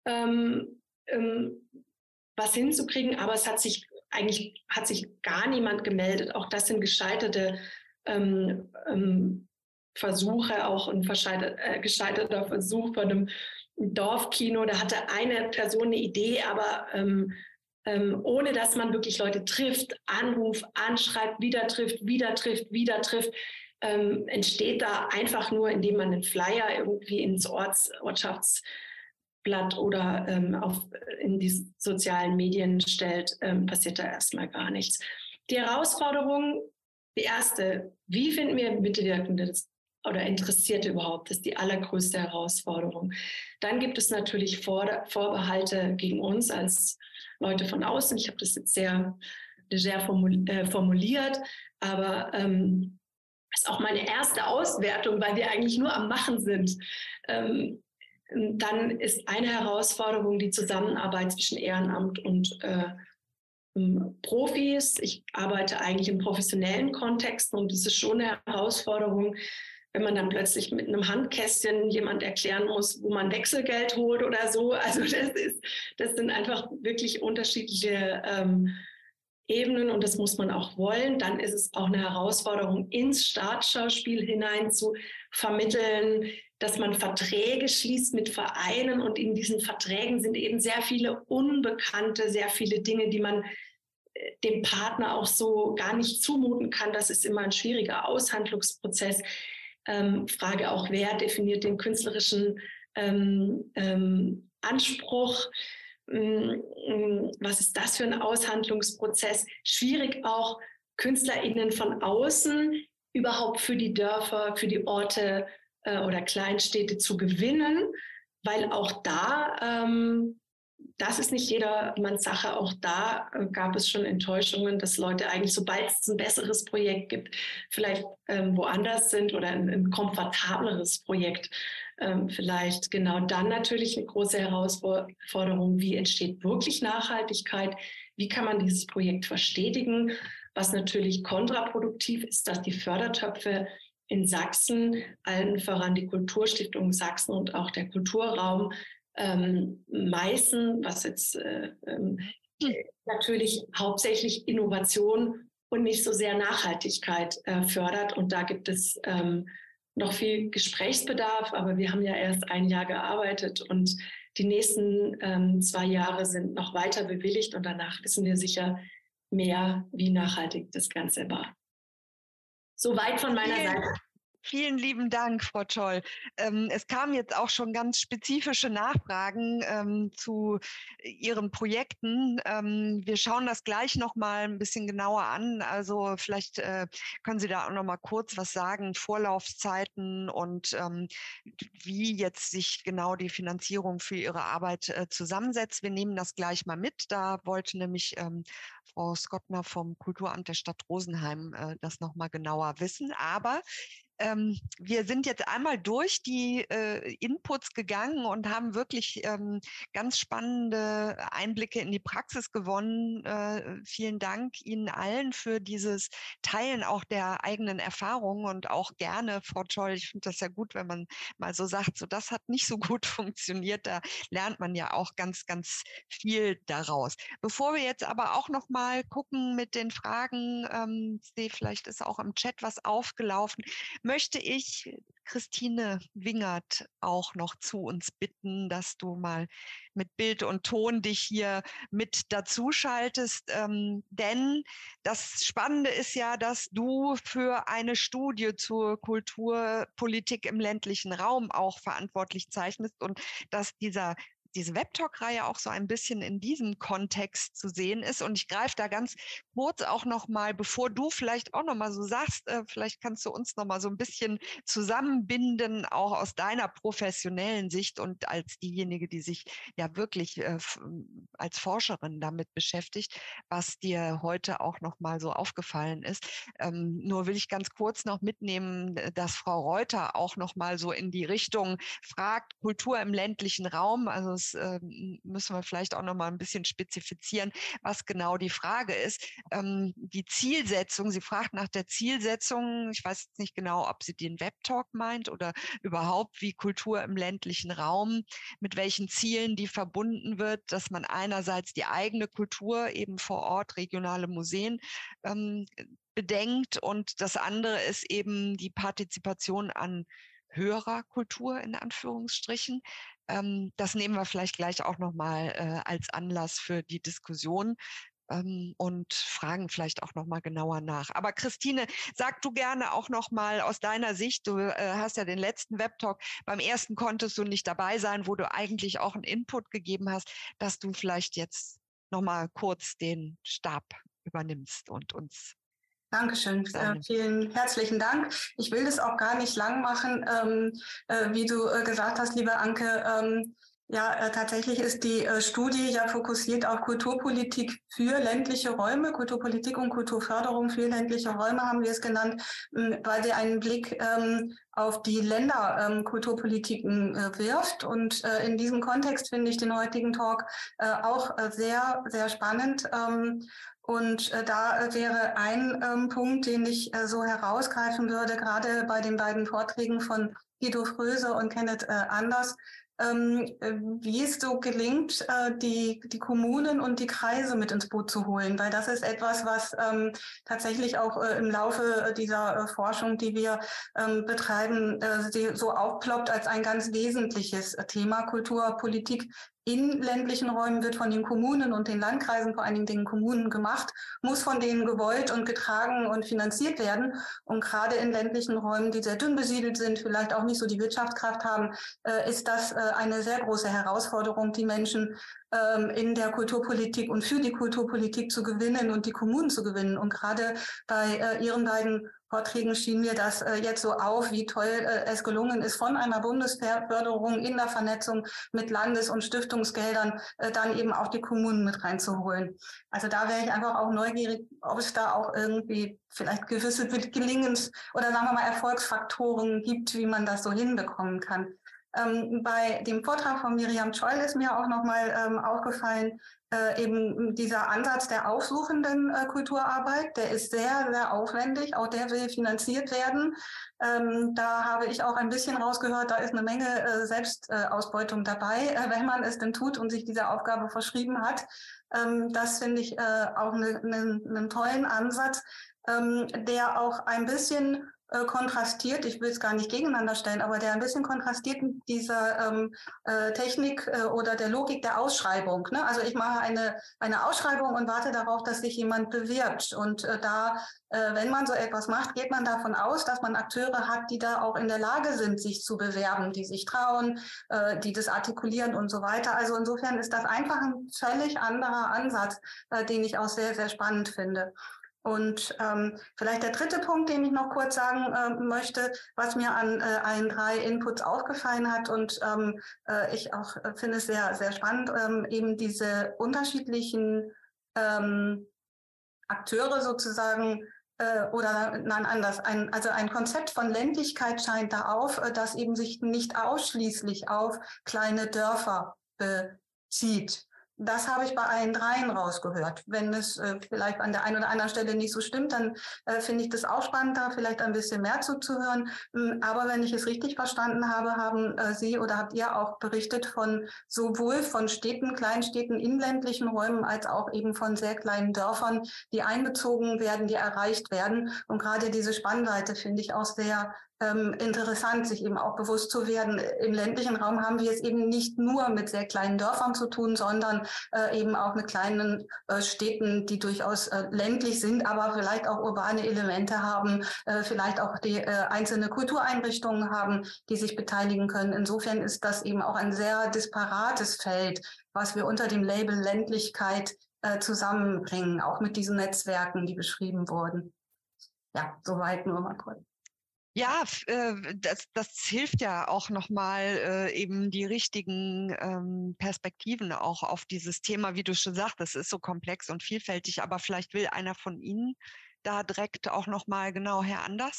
Speaker 4: ähm, ähm, was hinzukriegen. Aber es hat sich eigentlich hat sich gar niemand gemeldet. Auch das sind gescheiterte ähm, ähm, Versuche, auch ein äh, gescheiterter Versuch von einem Dorfkino. Da hatte eine Person eine Idee, aber ähm, ähm, ohne dass man wirklich Leute trifft, anruft, anschreibt, wieder trifft, wieder trifft, wieder trifft, ähm, entsteht da einfach nur, indem man einen Flyer irgendwie ins Orts, Ortschaftsblatt oder ähm, auf, in die sozialen Medien stellt, ähm, passiert da erstmal gar nichts. Die Herausforderung, die erste, wie finden wir Mitwirkende oder Interessierte überhaupt, ist die allergrößte Herausforderung. Dann gibt es natürlich Vor- Vorbehalte gegen uns als Leute von außen. Ich habe das jetzt sehr leger formuliert, aber ähm, das ist auch meine erste Auswertung, weil wir eigentlich nur am Machen sind. Ähm, dann ist eine Herausforderung die Zusammenarbeit zwischen Ehrenamt und äh, Profis. Ich arbeite eigentlich in professionellen Kontexten und es ist schon eine Herausforderung, wenn man dann plötzlich mit einem Handkästchen jemand erklären muss, wo man Wechselgeld holt oder so. Also das ist, das sind einfach wirklich unterschiedliche ähm, Ebenen und das muss man auch wollen. Dann ist es auch eine Herausforderung, ins Staatsschauspiel hinein zu vermitteln, dass man Verträge schließt mit Vereinen und in diesen Verträgen sind eben sehr viele Unbekannte, sehr viele Dinge, die man dem Partner auch so gar nicht zumuten kann. Das ist immer ein schwieriger Aushandlungsprozess. Ähm, Frage auch, wer definiert den künstlerischen ähm, ähm, Anspruch? Ähm, was ist das für ein Aushandlungsprozess? Schwierig auch, KünstlerInnen von außen überhaupt für die Dörfer, für die Orte äh, oder Kleinstädte zu gewinnen, weil auch da, ähm, das ist nicht jedermanns Sache, auch da äh, gab es schon Enttäuschungen, dass Leute eigentlich, sobald es ein besseres Projekt gibt, vielleicht ähm, woanders sind oder ein, ein komfortableres Projekt ähm, vielleicht. Genau dann natürlich eine große Herausforderung, wie entsteht wirklich Nachhaltigkeit, wie kann man dieses Projekt verstetigen, was natürlich kontraproduktiv ist, dass die Fördertöpfe in Sachsen, allen voran die Kulturstiftung Sachsen und auch der Kulturraum ähm, Meißen, was jetzt äh, ähm, natürlich hauptsächlich Innovation und nicht so sehr Nachhaltigkeit äh, fördert. Und da gibt es ähm, noch viel Gesprächsbedarf, aber wir haben ja erst ein Jahr gearbeitet und die nächsten ähm, zwei Jahre sind noch weiter bewilligt und danach wissen wir sicher mehr, wie nachhaltig das Ganze war. Soweit von meiner
Speaker 1: Vielen,
Speaker 4: Seite.
Speaker 1: Vielen lieben Dank, Frau Scholl. Ähm, es kamen jetzt auch schon ganz spezifische Nachfragen ähm, zu Ihren Projekten. Ähm, wir schauen das gleich noch mal ein bisschen genauer an. Also vielleicht äh, können Sie da auch noch mal kurz was sagen, Vorlaufzeiten und ähm, wie jetzt sich genau die Finanzierung für Ihre Arbeit äh, zusammensetzt. Wir nehmen das gleich mal mit. Da wollte nämlich ähm, Frau Skottner vom Kulturamt der Stadt Rosenheim äh, das noch mal genauer wissen. Aber Ähm, wir sind jetzt einmal durch die äh, Inputs gegangen und haben wirklich ähm, ganz spannende Einblicke in die Praxis gewonnen. Äh, vielen Dank Ihnen allen für dieses Teilen auch der eigenen Erfahrungen und auch gerne, Frau Scholl, ich finde das ja gut, wenn man mal so sagt, so das hat nicht so gut funktioniert. Da lernt man ja auch ganz, ganz viel daraus. Bevor wir jetzt aber auch noch mal gucken mit den Fragen, ähm, ich sehe, vielleicht ist auch im Chat was aufgelaufen, möchte ich Christine Wingert auch noch zu uns bitten, dass du mal mit Bild und Ton dich hier mit dazu schaltest. Ähm, denn das Spannende ist ja, dass du für eine Studie zur Kulturpolitik im ländlichen Raum auch verantwortlich zeichnest und dass dieser diese Webtalk-Reihe auch so ein bisschen in diesem Kontext zu sehen ist. Und ich greife da ganz kurz auch noch mal, bevor du vielleicht auch noch mal so sagst, äh, vielleicht kannst du uns noch mal so ein bisschen zusammenbinden, auch aus deiner professionellen Sicht und als diejenige, die sich ja wirklich äh, als Forscherin damit beschäftigt, was dir heute auch noch mal so aufgefallen ist. Ähm, nur will ich ganz kurz noch mitnehmen, dass Frau Reuter auch noch mal so in die Richtung fragt, Kultur im ländlichen Raum, also es äh, müssen wir vielleicht auch noch mal ein bisschen spezifizieren, was genau die Frage ist. Ähm, die Zielsetzung, sie fragt nach der Zielsetzung, ich weiß jetzt nicht genau, ob sie den Webtalk meint oder überhaupt, wie Kultur im ländlichen Raum, mit welchen Zielen die verbunden wird, dass man einerseits die eigene Kultur eben vor Ort, regionale Museen ähm, bedenkt und das andere ist eben die Partizipation an höherer Kultur in Anführungsstrichen. Ähm, das nehmen wir vielleicht gleich auch nochmal äh, als Anlass für die Diskussion ähm, und fragen vielleicht auch nochmal genauer nach. Aber Christine, sag du gerne auch nochmal aus deiner Sicht, du äh, hast ja den letzten Webtalk, beim ersten konntest du nicht dabei sein, wo du eigentlich auch einen Input gegeben hast, dass du vielleicht jetzt nochmal kurz den Stab übernimmst und uns
Speaker 5: Dankeschön, äh, vielen herzlichen Dank. Ich will das auch gar nicht lang machen, ähm, äh, wie du äh, gesagt hast, liebe Anke. Ähm, ja, äh, tatsächlich ist die äh, Studie ja fokussiert auf Kulturpolitik für ländliche Räume, Kulturpolitik und Kulturförderung für ländliche Räume haben wir es genannt, äh, weil sie einen Blick ähm, auf die Länderkulturpolitiken äh, wirft. Und äh, in diesem Kontext finde ich den heutigen Talk äh, auch äh, sehr, sehr spannend. Ähm, Und äh, da äh, wäre ein ähm, Punkt, den ich äh, so herausgreifen würde, gerade bei den beiden Vorträgen von Guido Fröse und Kenneth äh, Anders, ähm, äh, wie es so gelingt, äh, die, die Kommunen und die Kreise mit ins Boot zu holen. Weil das ist etwas, was ähm, tatsächlich auch äh, im Laufe dieser äh, Forschung, die wir ähm, betreiben, äh, so aufploppt als ein ganz wesentliches äh, Thema. Kulturpolitik in ländlichen Räumen wird von den Kommunen und den Landkreisen, vor allen Dingen den Kommunen gemacht, muss von denen gewollt und getragen und finanziert werden. Und gerade in ländlichen Räumen, die sehr dünn besiedelt sind, vielleicht auch nicht so die Wirtschaftskraft haben, äh, ist das äh, eine sehr große Herausforderung, die Menschen ähm, in der Kulturpolitik und für die Kulturpolitik zu gewinnen und die Kommunen zu gewinnen. Und gerade bei äh, Ihren beiden Vorträgen schien mir das äh, jetzt so auf, wie toll äh, es gelungen ist, von einer Bundesförderung in der Vernetzung mit Landes- und Stiftungsgeldern äh, dann eben auch die Kommunen mit reinzuholen. Also da wäre ich einfach auch neugierig, ob es da auch irgendwie vielleicht gewisse Gelingens- oder sagen wir mal Erfolgsfaktoren gibt, wie man das so hinbekommen kann. Ähm, bei dem Vortrag von Miriam Scholl ist mir auch nochmal ähm, aufgefallen, äh, eben dieser Ansatz der aufsuchenden äh, Kulturarbeit, der ist sehr, sehr aufwendig, auch der will finanziert werden. Ähm, da habe ich auch ein bisschen rausgehört, da ist eine Menge äh, Selbstausbeutung dabei, äh, wenn man es denn tut und sich dieser Aufgabe verschrieben hat. Ähm, das finde ich äh, auch einen ne, ne tollen Ansatz, ähm, der auch ein bisschen äh, kontrastiert, ich will es gar nicht gegeneinander stellen, aber der ein bisschen kontrastiert mit dieser ähm, äh, Technik äh, oder der Logik der Ausschreibung. Ne? Also ich mache eine, eine Ausschreibung und warte darauf, dass sich jemand bewirbt. Und äh, da, äh, wenn man so etwas macht, geht man davon aus, dass man Akteure hat, die da auch in der Lage sind, sich zu bewerben, die sich trauen, äh, die das artikulieren und so weiter. Also insofern ist das einfach ein völlig anderer Ansatz, äh, den ich auch sehr, sehr spannend finde. Und ähm, vielleicht der dritte Punkt, den ich noch kurz sagen äh, möchte, was mir an äh, allen drei Inputs aufgefallen hat und ähm, äh, ich auch äh, finde es sehr, sehr spannend, ähm, eben diese unterschiedlichen ähm, Akteure sozusagen äh, oder nein, anders. Ein, also ein Konzept von Ländlichkeit scheint da auf, äh, das eben sich nicht ausschließlich auf kleine Dörfer bezieht. Das habe ich bei allen dreien rausgehört. Wenn es äh, vielleicht an der einen oder anderen Stelle nicht so stimmt, dann äh, finde ich das auch spannend, da vielleicht ein bisschen mehr zuzuhören. Aber wenn ich es richtig verstanden habe, haben äh, Sie oder habt ihr auch berichtet von sowohl von Städten, Kleinstädten, inländlichen Räumen, als auch eben von sehr kleinen Dörfern, die einbezogen werden, die erreicht werden. Und gerade diese Spannweite finde ich auch sehr Ähm, interessant, sich eben auch bewusst zu werden. Im ländlichen Raum haben wir es eben nicht nur mit sehr kleinen Dörfern zu tun, sondern äh, eben auch mit kleinen äh, Städten, die durchaus äh, ländlich sind, aber vielleicht auch urbane Elemente haben, äh, vielleicht auch die äh, einzelne Kultureinrichtungen haben, die sich beteiligen können. Insofern ist das eben auch ein sehr disparates Feld, was wir unter dem Label Ländlichkeit äh, zusammenbringen, auch mit diesen Netzwerken, die beschrieben wurden. Ja, soweit nur mal kurz.
Speaker 1: Ja, das, das hilft ja auch nochmal äh, eben die richtigen ähm, Perspektiven auch auf dieses Thema, wie du schon sagst, das ist so komplex und vielfältig, aber vielleicht will einer von Ihnen da direkt auch nochmal genau, Herr Anders,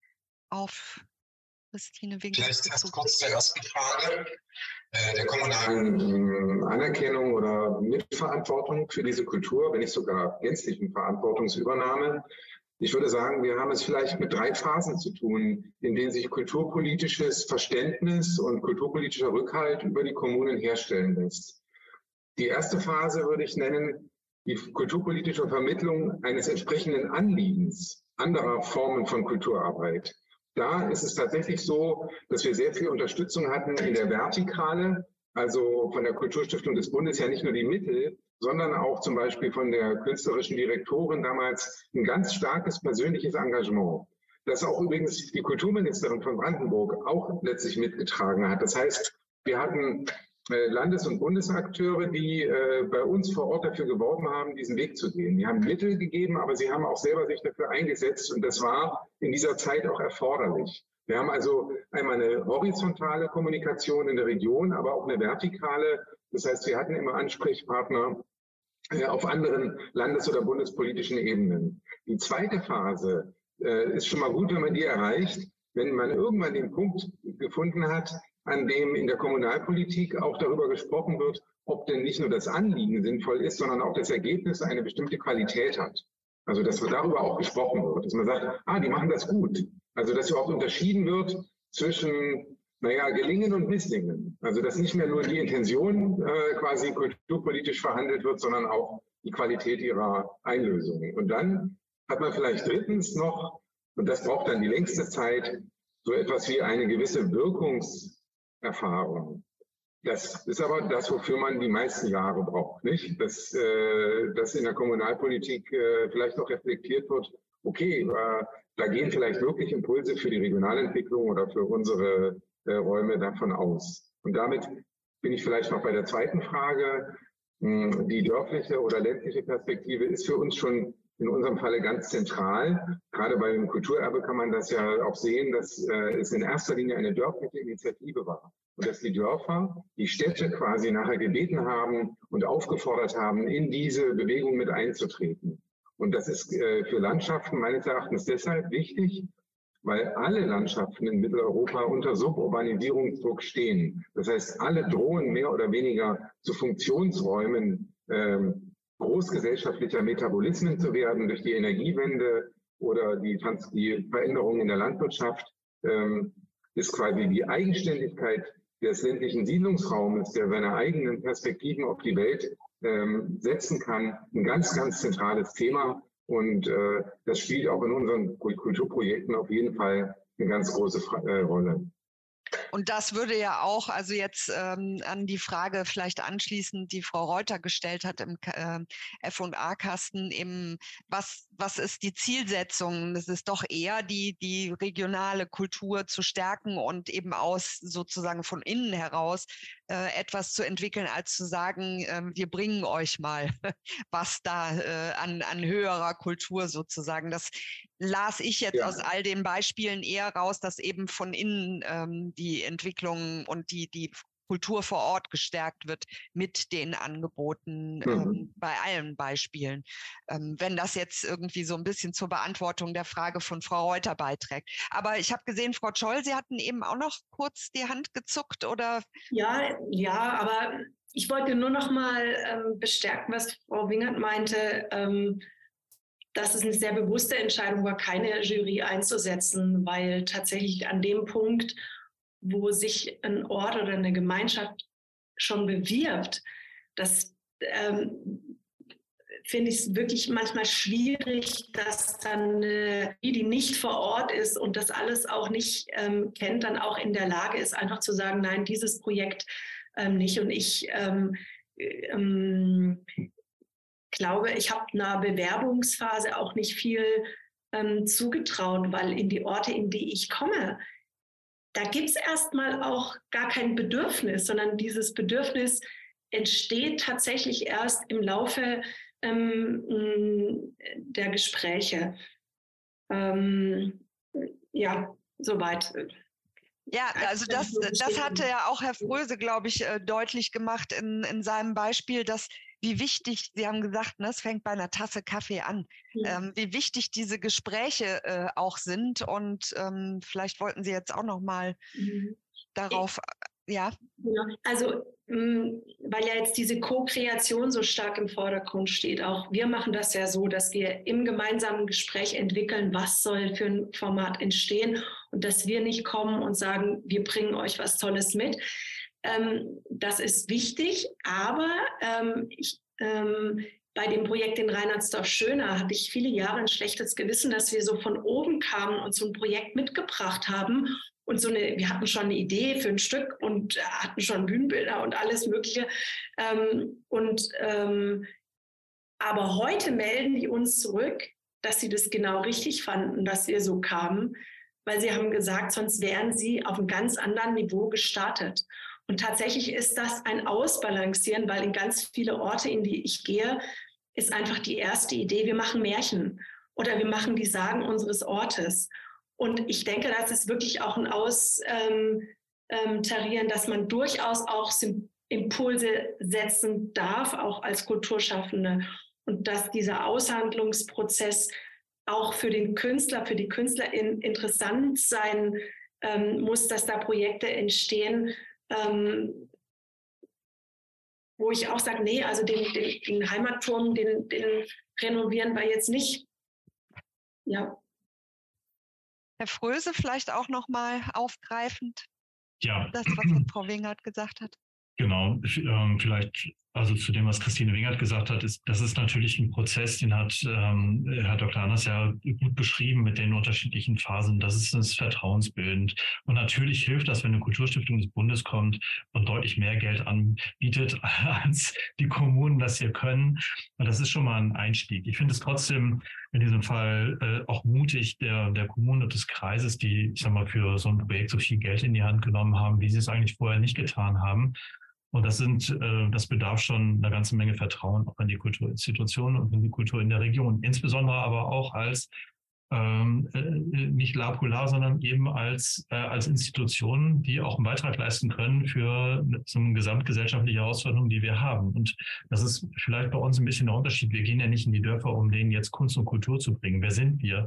Speaker 1: auf Christine Winkel.
Speaker 3: Vielleicht erst kurz zur ersten Frage äh, der kommunalen Anerkennung oder Mitverantwortung für diese Kultur, wenn nicht sogar gänzlichen Verantwortungsübernahme. Ich würde sagen, wir haben es vielleicht mit drei Phasen zu tun, in denen sich kulturpolitisches Verständnis und kulturpolitischer Rückhalt über die Kommunen herstellen lässt. Die erste Phase würde ich nennen, die kulturpolitische Vermittlung eines entsprechenden Anliegens anderer Formen von Kulturarbeit. Da ist es tatsächlich so, dass wir sehr viel Unterstützung hatten in der Vertikale, also von der Kulturstiftung des Bundes ja nicht nur die Mittel, sondern auch zum Beispiel von der künstlerischen Direktorin damals ein ganz starkes persönliches Engagement, das auch übrigens die Kulturministerin von Brandenburg auch letztlich mitgetragen hat. Das heißt, wir hatten äh, Landes- und Bundesakteure, die äh, bei uns vor Ort dafür geworben haben, diesen Weg zu gehen. Die haben Mittel gegeben, aber sie haben auch selber sich dafür eingesetzt und das war in dieser Zeit auch erforderlich. Wir haben also einmal eine horizontale Kommunikation in der Region, aber auch eine vertikale. Das heißt, wir hatten immer Ansprechpartner äh, auf anderen landes- oder bundespolitischen Ebenen. Die zweite Phase äh, ist schon mal gut, wenn man die erreicht, wenn man irgendwann den Punkt gefunden hat, an dem in der Kommunalpolitik auch darüber gesprochen wird, ob denn nicht nur das Anliegen sinnvoll ist, sondern auch das Ergebnis eine bestimmte Qualität hat. Also dass darüber auch gesprochen wird, dass man sagt, ah, die machen das gut. Also dass überhaupt unterschieden wird zwischen, naja, Gelingen und Misslingen. Also dass nicht mehr nur die Intention äh, quasi kulturpolitisch verhandelt wird, sondern auch die Qualität ihrer Einlösungen. Und dann hat man vielleicht drittens noch, und das braucht dann die längste Zeit, so etwas wie eine gewisse Wirkungserfahrung. Das ist aber das, wofür man die meisten Jahre braucht, nicht? Dass, äh, dass in der Kommunalpolitik äh, vielleicht auch reflektiert wird, okay, äh, da gehen vielleicht wirklich Impulse für die Regionalentwicklung oder für unsere äh, Räume davon aus. Und damit bin ich vielleicht noch bei der zweiten Frage. Die dörfliche oder ländliche Perspektive ist für uns schon in unserem Falle ganz zentral. Gerade beim Kulturerbe kann man das ja auch sehen, dass äh, es in erster Linie eine dörfliche Initiative war. Und dass die Dörfer, die Städte quasi nachher gebeten haben und aufgefordert haben, in diese Bewegung mit einzutreten. Und das ist äh, für Landschaften meines Erachtens deshalb wichtig, weil alle Landschaften in Mitteleuropa unter Suburbanisierungsdruck stehen. Das heißt, alle drohen mehr oder weniger zu Funktionsräumen ähm, großgesellschaftlicher Metabolismen zu werden durch die Energiewende oder die, die Veränderungen in der Landwirtschaft. Ähm, ist quasi die Eigenständigkeit des ländlichen Siedlungsraumes, der seine eigenen Perspektiven auf die Welt ähm, setzen kann, ein ganz, ganz zentrales Thema. Und äh, das spielt auch in unseren Kulturprojekten auf jeden Fall eine ganz große äh, Rolle.
Speaker 1: Und das würde ja auch, also jetzt ähm, an die Frage vielleicht anschließend, die Frau Reuter gestellt hat im äh, F und A-Kasten, eben, was, was ist die Zielsetzung? Das ist doch eher die, die regionale Kultur zu stärken und eben aus sozusagen von innen heraus äh, etwas zu entwickeln, als zu sagen, äh, wir bringen euch mal was da äh, an, an höherer Kultur sozusagen. Das las ich jetzt ja aus all den Beispielen eher raus, dass eben von innen ähm, die Entwicklung und die, die Kultur vor Ort gestärkt wird mit den Angeboten mhm. ähm, bei allen Beispielen. Ähm, wenn das jetzt irgendwie so ein bisschen zur Beantwortung der Frage von Frau Reuter beiträgt. Aber ich habe gesehen, Frau Scholl, Sie hatten eben auch noch kurz die Hand gezuckt, oder?
Speaker 4: Ja, ja, aber ich wollte nur noch mal ähm, bestärken, was Frau Wingert meinte, ähm, dass es eine sehr bewusste Entscheidung war, keine Jury einzusetzen, weil tatsächlich an dem Punkt, wo sich ein Ort oder eine Gemeinschaft schon bewirbt, das ähm, finde ich es wirklich manchmal schwierig, dass dann äh, die, die nicht vor Ort ist und das alles auch nicht ähm, kennt, dann auch in der Lage ist, einfach zu sagen, nein, dieses Projekt ähm, nicht. Und ich ähm, ähm, glaube, ich habe einer Bewerbungsphase auch nicht viel ähm, zugetraut, weil in die Orte, in die ich komme, da gibt es erstmal auch gar kein Bedürfnis, sondern dieses Bedürfnis entsteht tatsächlich erst im Laufe ähm, der Gespräche. Ähm, ja, soweit.
Speaker 1: Ja, also das, das hatte ja auch Herr Fröse, glaube ich, deutlich gemacht in, in seinem Beispiel, dass wie wichtig, Sie haben gesagt, ne, es fängt bei einer Tasse Kaffee an, ja. ähm, wie wichtig diese Gespräche äh, auch sind. Und ähm, vielleicht wollten Sie jetzt auch noch mal mhm. darauf, ich, ja.
Speaker 4: ja. Also, mh, weil ja jetzt diese Co-Kreation so stark im Vordergrund steht, auch wir machen das ja so, dass wir im gemeinsamen Gespräch entwickeln, was soll für ein Format entstehen und dass wir nicht kommen und sagen, wir bringen euch was Tolles mit. Ähm, das ist wichtig, aber ähm, ich, ähm, bei dem Projekt in Reinhardsdorf-Schöner hatte ich viele Jahre ein schlechtes Gewissen, dass wir so von oben kamen und so ein Projekt mitgebracht haben und so eine, wir hatten schon eine Idee für ein Stück und hatten schon Bühnenbilder und alles Mögliche. Ähm, und ähm, aber heute melden die uns zurück, dass sie das genau richtig fanden, dass wir so kamen, weil sie haben gesagt, sonst wären sie auf einem ganz anderen Niveau gestartet. Und tatsächlich ist das ein Ausbalancieren, weil in ganz viele Orte, in die ich gehe, ist einfach die erste Idee, wir machen Märchen oder wir machen die Sagen unseres Ortes. Und ich denke, das ist wirklich auch ein Austarieren, ähm, dass man durchaus auch Impulse setzen darf, auch als Kulturschaffende. Und dass dieser Aushandlungsprozess auch für den Künstler, für die Künstlerin interessant sein ähm, muss, dass da Projekte entstehen, Ähm, wo ich auch sage, nee, also den, den, den Heimatturm, den, den renovieren wir jetzt nicht. Ja.
Speaker 1: Herr Fröse, vielleicht auch noch mal aufgreifend.
Speaker 2: Ja.
Speaker 1: Das, was Frau Wingert gesagt hat.
Speaker 2: Genau, vielleicht also zu dem, was Christine Wingert gesagt hat, ist, das ist natürlich ein Prozess, den hat ähm, Herr Doktor Anders ja gut beschrieben mit den unterschiedlichen Phasen. Das ist das vertrauensbildend. Und natürlich hilft das, wenn eine Kulturstiftung des Bundes kommt und deutlich mehr Geld anbietet, als die Kommunen das hier können. Und das ist schon mal ein Einstieg. Ich finde es trotzdem in diesem Fall äh, auch mutig der, der Kommunen und des Kreises, die, ich sag mal, für so ein Projekt so viel Geld in die Hand genommen haben, wie sie es eigentlich vorher nicht getan haben. Und das sind, äh, das bedarf schon einer ganzen Menge Vertrauen auch in die Kulturinstitutionen und in die Kultur in der Region. Insbesondere aber auch als ähm, äh, nicht la polar, sondern eben als äh, als Institutionen, die auch einen Beitrag leisten können für so eine gesamtgesellschaftliche Herausforderung, die wir haben. Und das ist vielleicht bei uns ein bisschen der Unterschied. Wir gehen ja nicht in die Dörfer, um denen jetzt Kunst und Kultur zu bringen. Wer sind wir?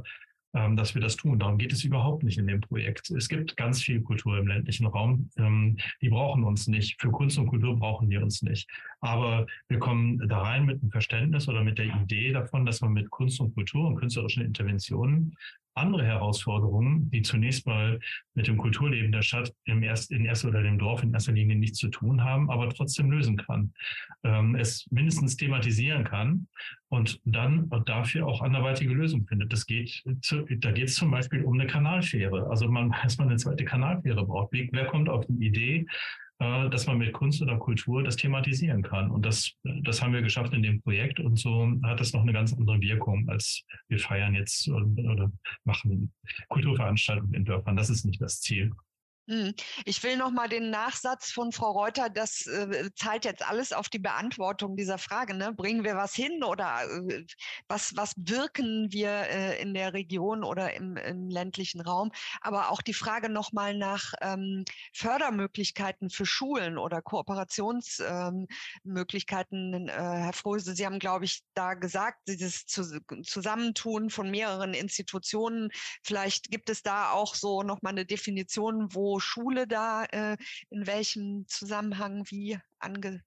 Speaker 2: ähm, dass wir das tun. Darum geht es überhaupt nicht in dem Projekt. Es gibt ganz viel Kultur im ländlichen Raum. Ähm, die brauchen uns nicht. Für Kunst und Kultur brauchen die uns nicht. Aber wir kommen da rein mit einem Verständnis oder mit der Idee davon, dass man mit Kunst und Kultur und künstlerischen Interventionen andere Herausforderungen, die zunächst mal mit dem Kulturleben der Stadt im erst, in erster oder dem Dorf in erster Linie nichts zu tun haben, aber trotzdem lösen kann. Ähm, es mindestens thematisieren kann und dann und dafür auch anderweitige Lösungen findet. Das geht zu, da geht es zum Beispiel um eine Kanalfähre. Also man, dass man eine zweite Kanalfähre braucht. Wie, wer kommt auf die Idee, äh, dass man mit Kunst oder Kultur das thematisieren kann? Und das, das haben wir geschafft in dem Projekt. Und so hat das noch eine ganz andere Wirkung, als wir feiern jetzt oder, oder machen Kulturveranstaltungen in Dörfern. Das ist nicht das Ziel.
Speaker 1: Ich will noch mal den Nachsatz von Frau Reuter, das äh, zahlt jetzt alles auf die Beantwortung dieser Frage. Ne? Bringen wir was hin oder äh, was, was wirken wir äh, in der Region oder im, im ländlichen Raum? Aber auch die Frage noch mal nach ähm, Fördermöglichkeiten für Schulen oder Kooperationsmöglichkeiten. Ähm, äh, Herr Fröse, Sie haben, glaube ich, da gesagt, dieses Zusammentun von mehreren Institutionen. Vielleicht gibt es da auch so noch mal eine Definition, wo Schule da äh, in welchem Zusammenhang wie ange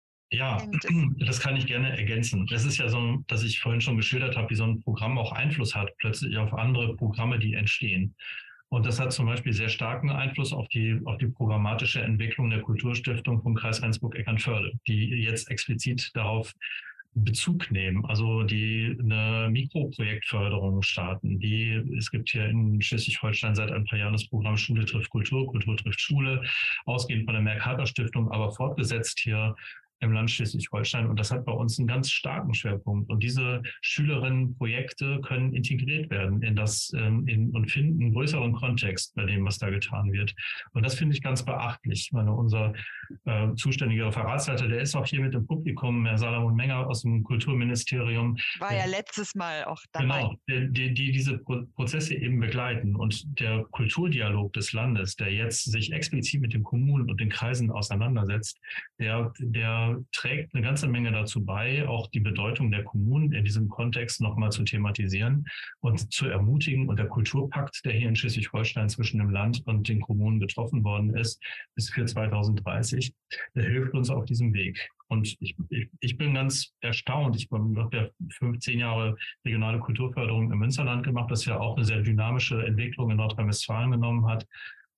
Speaker 2: Ja, das kann ich gerne ergänzen. Es ist ja so, dass ich vorhin schon geschildert habe, wie so ein Programm auch Einfluss hat plötzlich auf andere Programme, die entstehen. Und das hat zum Beispiel sehr starken Einfluss auf die, auf die programmatische Entwicklung der Kulturstiftung vom Kreis Rendsburg-Eckernförde, die jetzt explizit darauf Bezug nehmen, also die eine Mikroprojektförderung starten. Die, es gibt hier in Schleswig-Holstein seit ein paar Jahren das Programm Schule trifft Kultur, Kultur trifft Schule, ausgehend von der Mercator-Stiftung, aber fortgesetzt hier im Land Schleswig-Holstein. Und das hat bei uns einen ganz starken Schwerpunkt. Und diese Schülerinnenprojekte können integriert werden in das ähm, in, und finden einen größeren Kontext bei dem, was da getan wird. Und das finde ich ganz beachtlich. Ich meine, unser äh, zuständiger Referatsleiter, der ist auch hier mit dem Publikum, Herr Salomon Menger aus dem Kulturministerium.
Speaker 1: War ja letztes Mal auch dabei.
Speaker 2: Genau, die, die, die diese Prozesse eben begleiten. Und der Kulturdialog des Landes, der jetzt sich explizit mit den Kommunen und den Kreisen auseinandersetzt, der, der trägt eine ganze Menge dazu bei, auch die Bedeutung der Kommunen in diesem Kontext nochmal zu thematisieren und zu ermutigen. Und der Kulturpakt, der hier in Schleswig-Holstein zwischen dem Land und den Kommunen getroffen worden ist, bis für zweitausenddreißig, der hilft uns auf diesem Weg. Und ich, ich, ich bin ganz erstaunt. Ich habe ja fünfzehn Jahre regionale Kulturförderung im Münsterland gemacht, das ja auch eine sehr dynamische Entwicklung in Nordrhein-Westfalen genommen hat.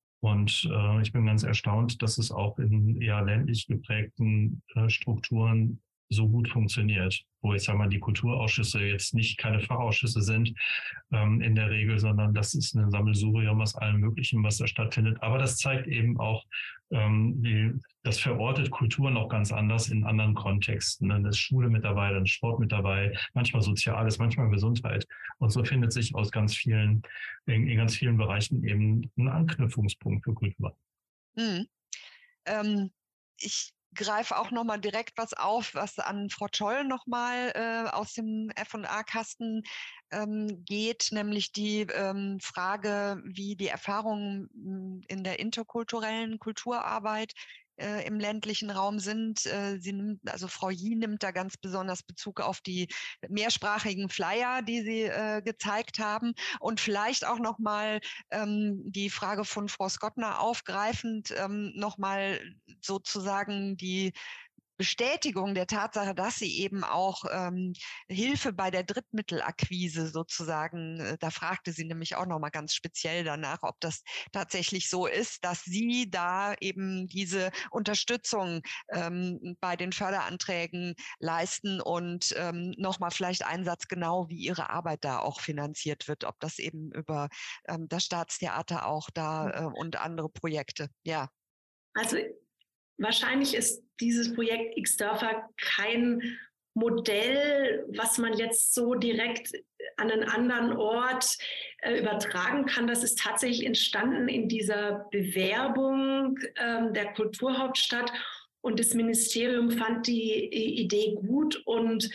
Speaker 2: Und äh, ich bin ganz erstaunt, dass es auch in eher ländlich geprägten äh, Strukturen so gut funktioniert, wo ich sage mal, die Kulturausschüsse jetzt nicht keine Fachausschüsse sind ähm, in der Regel, sondern das ist ein Sammelsurium aus allem Möglichen, was da stattfindet. Aber das zeigt eben auch, ähm, die, das verortet Kultur noch ganz anders in anderen Kontexten. Dann ist Schule mit dabei, dann ist Sport mit dabei, manchmal Soziales, manchmal Gesundheit. Und so findet sich aus ganz vielen, in, in ganz vielen Bereichen eben ein Anknüpfungspunkt für Kultur.
Speaker 1: Hm. Ähm, ich greife auch nochmal direkt was auf, was an Frau Scholl nochmal äh, aus dem F und A-Kasten ähm, geht, nämlich die ähm, Frage, wie die Erfahrungen in der interkulturellen Kulturarbeit äh, im ländlichen Raum sind. Äh, sie nimmt, also Frau Jie nimmt da ganz besonders Bezug auf die mehrsprachigen Flyer, die Sie äh, gezeigt haben, und vielleicht auch nochmal ähm, die Frage von Frau Skottner aufgreifend, ähm, nochmal sozusagen die Bestätigung der Tatsache, dass sie eben auch ähm, Hilfe bei der Drittmittelakquise sozusagen, äh, da fragte sie nämlich auch nochmal ganz speziell danach, ob das tatsächlich so ist, dass sie da eben diese Unterstützung ähm, bei den Förderanträgen leisten und ähm, nochmal vielleicht einen Satz genau, wie ihre Arbeit da auch finanziert wird, ob das eben über ähm, das Staatstheater auch da äh, und andere Projekte, ja.
Speaker 4: Also wahrscheinlich ist dieses Projekt X-Dörfer kein Modell, was man jetzt so direkt an einen anderen Ort äh, übertragen kann. Das ist tatsächlich entstanden in dieser Bewerbung ähm, der Kulturhauptstadt, und das Ministerium fand die Idee gut, und,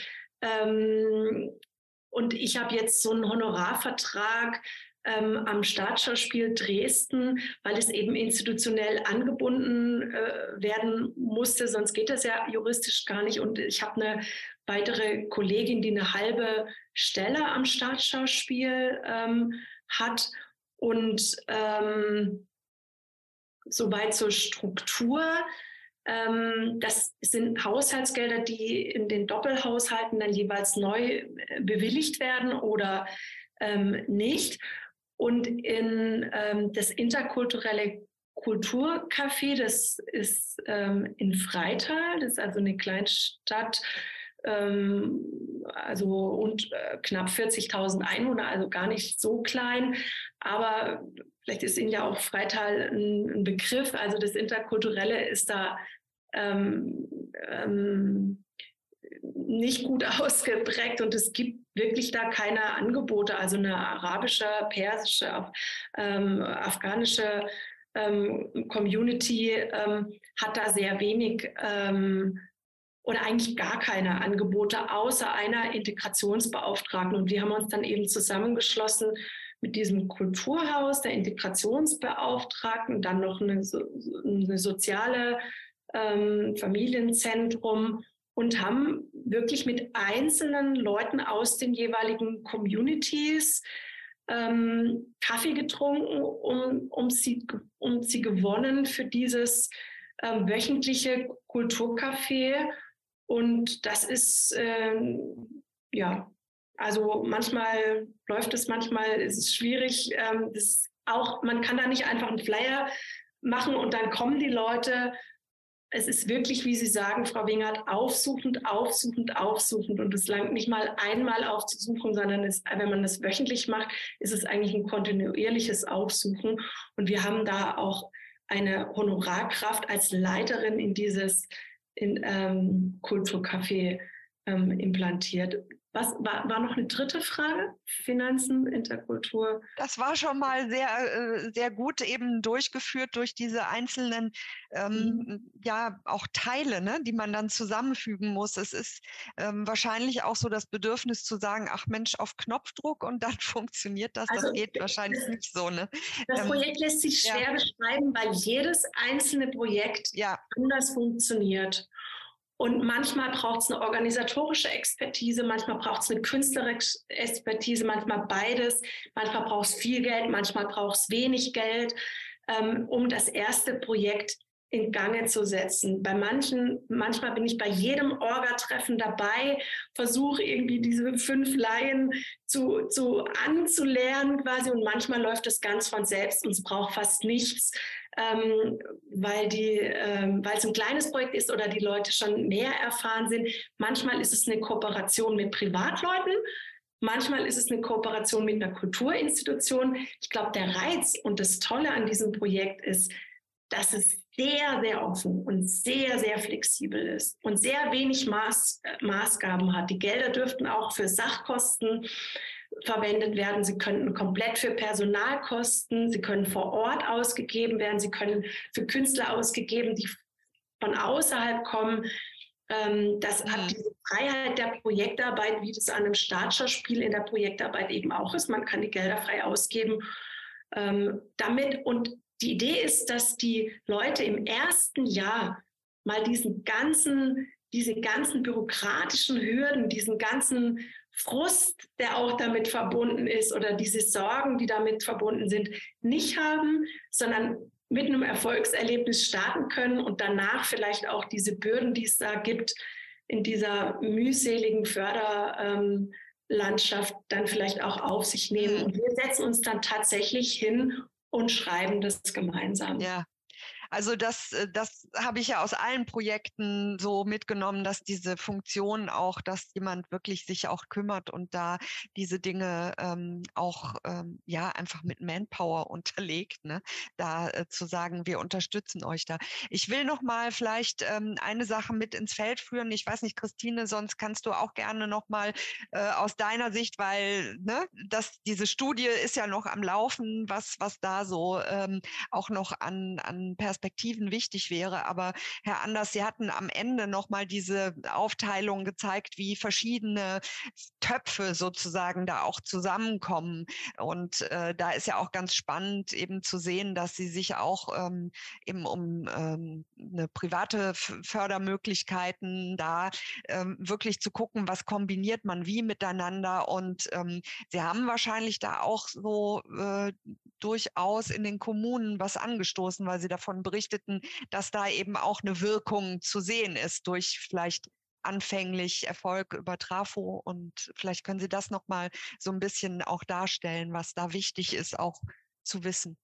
Speaker 4: ähm, und ich habe jetzt so einen Honorarvertrag Ähm, am Staatsschauspiel Dresden, weil es eben institutionell angebunden äh, werden musste, sonst geht das ja juristisch gar nicht. Und ich habe eine weitere Kollegin, die eine halbe Stelle am Staatsschauspiel ähm, hat. Und ähm, soweit zur Struktur. Ähm, das sind Haushaltsgelder, die in den Doppelhaushalten dann jeweils neu bewilligt werden oder ähm, nicht. Und in ähm, das interkulturelle Kulturcafé, das ist ähm, in Freital, das ist also eine Kleinstadt, ähm, also und äh, knapp vierzigtausend Einwohner, also gar nicht so klein, aber vielleicht ist Ihnen ja auch Freital ein, ein Begriff, also das Interkulturelle ist da ähm, ähm, nicht gut ausgeprägt und es gibt wirklich da keine Angebote, also eine arabische, persische, af ähm, afghanische ähm, Community ähm, hat da sehr wenig ähm, oder eigentlich gar keine Angebote außer einer Integrationsbeauftragten. Und wir haben uns dann eben zusammengeschlossen mit diesem Kulturhaus, der Integrationsbeauftragten, dann noch eine, eine soziale ähm, Familienzentrum und haben wirklich mit einzelnen Leuten aus den jeweiligen Communities ähm, Kaffee getrunken, um, um, sie, um sie gewonnen für dieses ähm, wöchentliche Kulturcafé. Und das ist, ähm, ja, also manchmal läuft es, manchmal ist es schwierig. Ähm, das ist auch, man kann da nicht einfach einen Flyer machen und dann kommen die Leute. Es ist wirklich, wie Sie sagen, Frau Wingert, aufsuchend, aufsuchend, aufsuchend. Und es langt nicht mal einmal aufzusuchen, sondern es, wenn man das wöchentlich macht, ist es eigentlich ein kontinuierliches Aufsuchen. Und wir haben da auch eine Honorarkraft als Leiterin in dieses in, ähm, Kulturcafé ähm, implantiert. Was war, war noch eine dritte Frage? Finanzen, Interkultur?
Speaker 1: Das war schon mal sehr, äh, sehr gut eben durchgeführt durch diese einzelnen ähm, mhm. ja auch Teile, ne, die man dann zusammenfügen muss. Es ist ähm, wahrscheinlich auch so das Bedürfnis zu sagen, ach Mensch, auf Knopfdruck und dann funktioniert das. Also, das geht wahrscheinlich das, nicht so. Ne?
Speaker 4: Das ähm, Projekt lässt sich schwer ja. beschreiben, weil jedes einzelne Projekt ja. anders funktioniert. Und manchmal braucht es eine organisatorische Expertise, manchmal braucht es eine künstlerische Expertise, manchmal beides. Manchmal braucht es viel Geld, manchmal braucht es wenig Geld, ähm, um das erste Projekt in Gange zu setzen. Bei manchen, manchmal bin ich bei jedem Orga-Treffen dabei, versuche irgendwie diese fünf Laien zu, zu anzulernen quasi und manchmal läuft es ganz von selbst und es braucht fast nichts, ähm, weil, die, ähm, weil es ein kleines Projekt ist oder die Leute schon mehr erfahren sind. Manchmal ist es eine Kooperation mit Privatleuten, manchmal ist es eine Kooperation mit einer Kulturinstitution. Ich glaube, der Reiz und das Tolle an diesem Projekt ist, dass es sehr, sehr offen und sehr, sehr flexibel ist und sehr wenig Maß, äh, Maßgaben hat. Die Gelder dürften auch für Sachkosten verwendet werden. Sie könnten komplett für Personalkosten, sie können vor Ort ausgegeben werden, sie können für Künstler ausgegeben, die von außerhalb kommen. Ähm, das hat diese Freiheit der Projektarbeit, wie das an einem Staatsschauspiel in der Projektarbeit eben auch ist. Man kann die Gelder frei ausgeben. Ähm, damit und die Idee ist, dass die Leute im ersten Jahr mal diesen ganzen, diese ganzen bürokratischen Hürden, diesen ganzen Frust, der auch damit verbunden ist oder diese Sorgen, die damit verbunden sind, nicht haben, sondern mit einem Erfolgserlebnis starten können und danach vielleicht auch diese Bürden, die es da gibt, in dieser mühseligen Förderlandschaft ähm, dann vielleicht auch auf sich nehmen. Und wir setzen uns dann tatsächlich hin und schreiben das gemeinsam.
Speaker 1: Ja. Also das, das habe ich ja aus allen Projekten so mitgenommen, dass diese Funktion auch, dass jemand wirklich sich auch kümmert und da diese Dinge ähm, auch ähm, ja einfach mit Manpower unterlegt, ne? Da äh, zu sagen, wir unterstützen euch da. Ich will noch mal vielleicht ähm, eine Sache mit ins Feld führen. Ich weiß nicht, Christine, sonst kannst du auch gerne noch mal äh, aus deiner Sicht, weil ne, das, diese Studie ist ja noch am Laufen, was was da so ähm, auch noch an an Perspektiven Perspektiven wichtig wäre. Aber Herr Anders, Sie hatten am Ende nochmal diese Aufteilung gezeigt, wie verschiedene Töpfe sozusagen da auch zusammenkommen. Und äh, da ist ja auch ganz spannend eben zu sehen, dass Sie sich auch ähm, eben um ähm, eine private Fördermöglichkeiten da ähm, wirklich zu gucken, was kombiniert man wie miteinander. Und ähm, Sie haben wahrscheinlich da auch so äh, durchaus in den Kommunen was angestoßen, weil Sie davon berichteten, dass da eben auch eine Wirkung zu sehen ist durch vielleicht anfänglich Erfolg über Trafo. Und vielleicht können Sie das nochmal so ein bisschen auch darstellen, was da wichtig ist, auch zu wissen.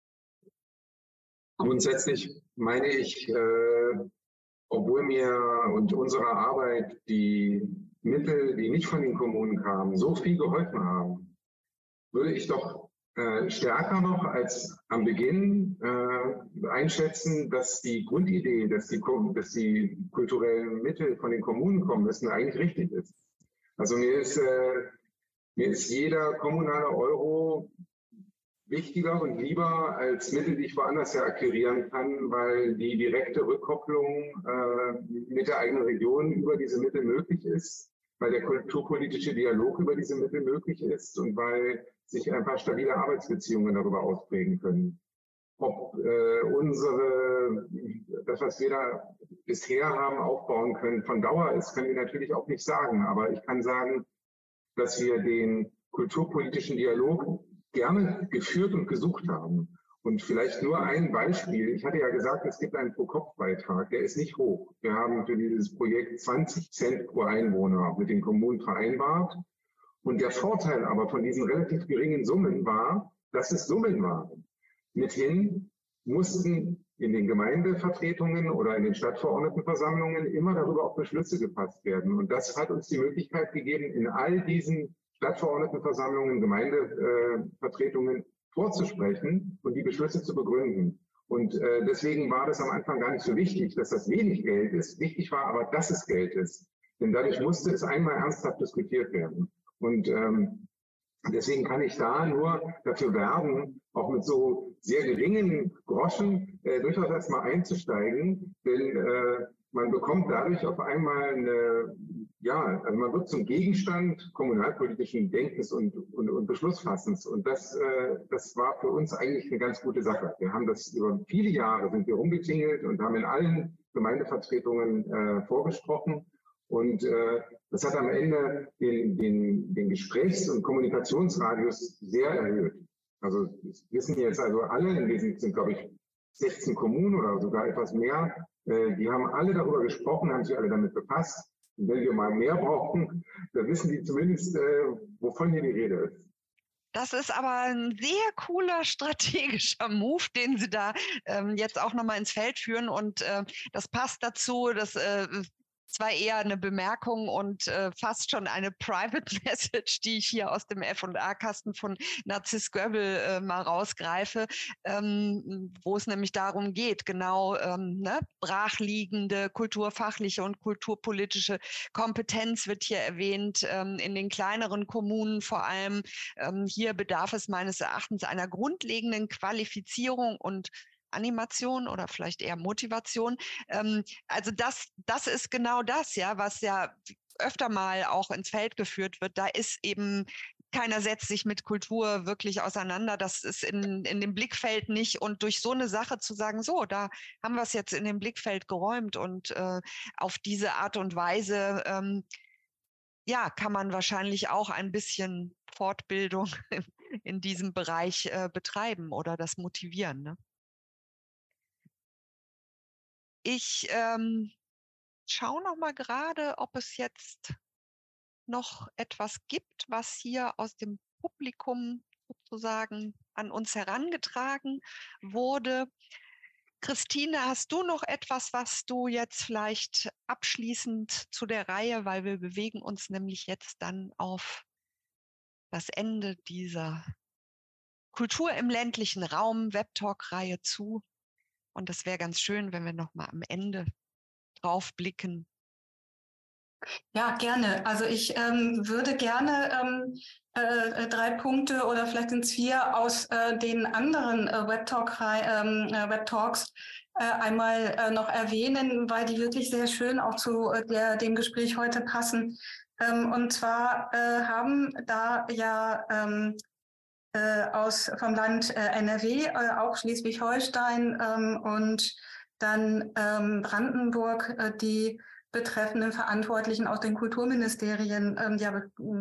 Speaker 3: Grundsätzlich meine ich, äh, obwohl mir und unserer Arbeit die Mittel, die nicht von den Kommunen kamen, so viel geholfen haben, würde ich doch äh, stärker noch als am Beginn äh, einschätzen, dass die Grundidee, dass die, dass die kulturellen Mittel von den Kommunen kommen müssen, eigentlich richtig ist. Also mir ist, äh, mir ist jeder kommunale Euro wichtiger und lieber als Mittel, die ich woanders her akquirieren kann, weil die direkte Rückkopplung äh, mit der eigenen Region über diese Mittel möglich ist, weil der kulturpolitische Dialog über diese Mittel möglich ist und weil sich einfach stabile Arbeitsbeziehungen darüber ausprägen können. Ob äh, unsere, das, was wir da bisher haben aufbauen können, von Dauer ist, können wir natürlich auch nicht sagen. Aber ich kann sagen, dass wir den kulturpolitischen Dialog gerne geführt und gesucht haben. Und vielleicht nur ein Beispiel. Ich hatte ja gesagt, es gibt einen Pro-Kopf-Beitrag, der ist nicht hoch. Wir haben für dieses Projekt zwanzig Cent pro Einwohner mit den Kommunen vereinbart. Und der Vorteil aber von diesen relativ geringen Summen war, dass es Summen waren. Mithin mussten in den Gemeindevertretungen oder in den Stadtverordnetenversammlungen immer darüber auch Beschlüsse gefasst werden. Und das hat uns die Möglichkeit gegeben, in all diesen Stadtverordnetenversammlungen, Gemeindevertretungen vorzusprechen und die Beschlüsse zu begründen. Und äh, deswegen war das am Anfang gar nicht so wichtig, dass das wenig Geld ist. Wichtig war aber, dass es Geld ist. Denn dadurch musste es einmal ernsthaft diskutiert werden. Und ähm, deswegen kann ich da nur dafür werben, auch mit so sehr geringen Groschen äh, durchaus erstmal einzusteigen. Denn äh, man bekommt dadurch auf einmal eine, ja, also man wird zum Gegenstand kommunalpolitischen Denkens und, und, und Beschlussfassens. Und das, äh, das war für uns eigentlich eine ganz gute Sache. Wir haben das über viele Jahre sind wir rumgetingelt und haben in allen Gemeindevertretungen äh, vorgesprochen. Und äh, das hat am Ende den, den, den Gesprächs- und Kommunikationsradius sehr erhöht. Also das wissen jetzt also alle, in diesen sind, glaube ich, sechzehn Kommunen oder sogar etwas mehr, äh, die haben alle darüber gesprochen, haben sich alle damit befasst. Und wenn wir mal mehr brauchen, dann wissen die zumindest, äh, wovon hier die Rede ist.
Speaker 1: Das ist aber ein sehr cooler strategischer Move, den Sie da ähm, jetzt auch nochmal ins Feld führen. Und äh, das passt dazu, dass äh, zwar eher eine Bemerkung und äh, fast schon eine Private Message, die ich hier aus dem F und A-Kasten von Narziss Goebbel äh, mal rausgreife, ähm, wo es nämlich darum geht, genau ähm, ne, brachliegende kulturfachliche und kulturpolitische Kompetenz wird hier erwähnt, ähm, in den kleineren Kommunen vor allem. Ähm, hier bedarf es meines Erachtens einer grundlegenden Qualifizierung und Animation oder vielleicht eher Motivation. Ähm, also das, das ist genau das, ja, was ja öfter mal auch ins Feld geführt wird. Da ist eben keiner setzt sich mit Kultur wirklich auseinander. Das ist in, in dem Blickfeld nicht. Und durch so eine Sache zu sagen, so, da haben wir es jetzt in dem Blickfeld geräumt und äh, auf diese Art und Weise, ähm, ja, kann man wahrscheinlich auch ein bisschen Fortbildung in diesem Bereich äh, betreiben oder das motivieren, ne? Ich ähm, schaue noch mal gerade, ob es jetzt noch etwas gibt, was hier aus dem Publikum sozusagen an uns herangetragen wurde. Christine, hast du noch etwas, was du jetzt vielleicht abschließend zu der Reihe, weil wir bewegen uns nämlich jetzt dann auf das Ende dieser Kultur im ländlichen Raum Webtalk-Reihe zu. Und das wäre ganz schön, wenn wir noch mal am Ende drauf blicken.
Speaker 5: Ja, gerne. Also ich ähm, würde gerne ähm, äh, drei Punkte oder vielleicht sind es vier aus äh, den anderen äh, Webtalk, ähm, äh, Webtalks äh, einmal äh, noch erwähnen, weil die wirklich sehr schön auch zu äh, der, dem Gespräch heute passen. Ähm, und zwar äh, haben da ja ähm, äh, aus vom Land äh, N R W, äh, auch Schleswig-Holstein ähm, und dann ähm, Brandenburg, äh, die betreffenden Verantwortlichen aus den Kulturministerien ähm, ja,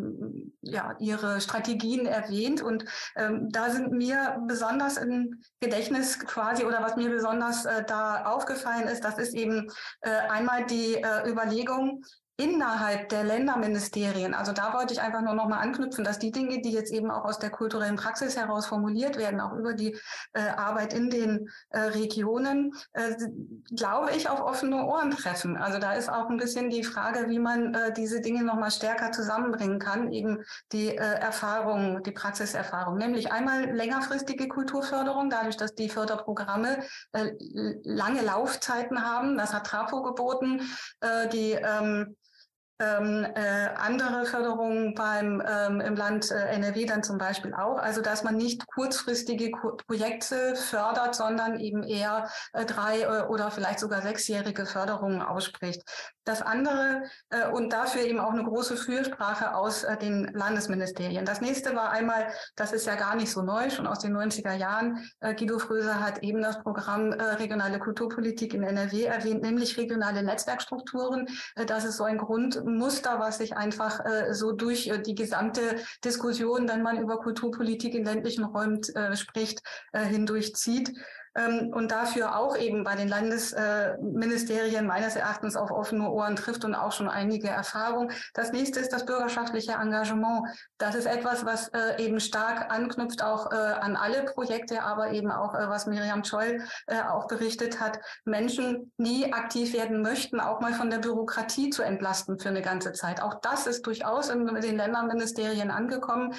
Speaker 5: ja, ihre Strategien erwähnt. Und ähm, da sind mir besonders im Gedächtnis quasi, oder was mir besonders äh, da aufgefallen ist, das ist eben äh, einmal die äh, Überlegung, innerhalb der Länderministerien, also da wollte ich einfach nur noch mal anknüpfen, dass die Dinge, die jetzt eben auch aus der kulturellen Praxis heraus formuliert werden, auch über die äh, Arbeit in den äh, Regionen, äh, glaube ich, auf offene Ohren treffen. Also da ist auch ein bisschen die Frage, wie man äh, diese Dinge noch mal stärker zusammenbringen kann, eben die äh, Erfahrung, die Praxiserfahrung, nämlich einmal längerfristige Kulturförderung, dadurch, dass die Förderprogramme äh, lange Laufzeiten haben. Das hat Trafo geboten, äh, die ähm, Ähm, äh, andere Förderungen beim ähm, im Land äh, N R W dann zum Beispiel auch. Also dass man nicht kurzfristige Ko- Projekte fördert, sondern eben eher äh, drei äh, oder vielleicht sogar sechsjährige Förderungen ausspricht. Das andere äh, und dafür eben auch eine große Fürsprache aus äh, den Landesministerien. Das nächste war einmal, das ist ja gar nicht so neu, schon aus den neunziger Jahren. Äh, Guido Fröser hat eben das Programm äh, Regionale Kulturpolitik in N R W erwähnt, nämlich regionale Netzwerkstrukturen. Äh, das ist so ein Grundmuster, was sich einfach äh, so durch äh, die gesamte Diskussion, wenn man über Kulturpolitik in ländlichen Räumen äh, spricht, äh, hindurchzieht. Und dafür auch eben bei den Landesministerien meines Erachtens auf offene Ohren trifft und auch schon einige Erfahrung. Das nächste ist das bürgerschaftliche Engagement. Das ist etwas, was eben stark anknüpft auch an alle Projekte, aber eben auch, was Miriam Scholl auch berichtet hat, Menschen, die aktiv werden möchten, auch mal von der Bürokratie zu entlasten für eine ganze Zeit. Auch das ist durchaus in den Länderministerien angekommen,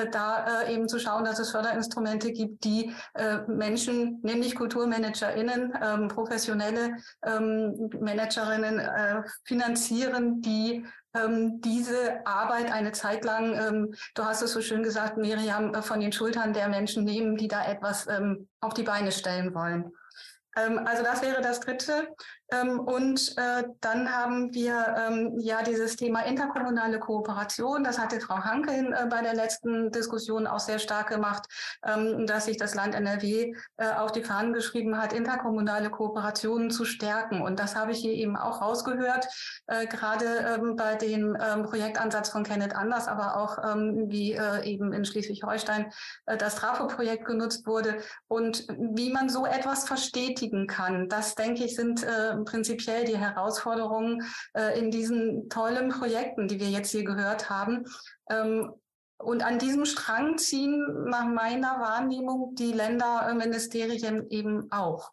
Speaker 5: da eben zu schauen, dass es Förderinstrumente gibt, die Menschen, nämlich KulturmanagerInnen, ähm, professionelle ähm, Managerinnen äh, finanzieren, die ähm, diese Arbeit eine Zeit lang, ähm, du hast es so schön gesagt, Miriam, äh, von den Schultern der Menschen nehmen, die da etwas ähm, auf die Beine stellen wollen. Ähm, also das wäre das Dritte. Ähm, und äh, dann haben wir ähm, ja dieses Thema interkommunale Kooperation. Das hatte Frau Hanke äh, bei der letzten Diskussion auch sehr stark gemacht, ähm, dass sich das Land N R W äh, auf die Fahnen geschrieben hat, interkommunale Kooperationen zu stärken. Und das habe ich hier eben auch rausgehört, äh, gerade ähm, bei dem ähm, Projektansatz von Kenneth Anders, aber auch ähm, wie äh, eben in Schleswig-Holstein äh, das Trafo-Projekt genutzt wurde. Und wie man so etwas verstetigen kann, das, denke ich, sind äh, prinzipiell die Herausforderungen äh, in diesen tollen Projekten, die wir jetzt hier gehört haben. Ähm, und an diesem Strang ziehen nach meiner Wahrnehmung die Länderministerien eben auch.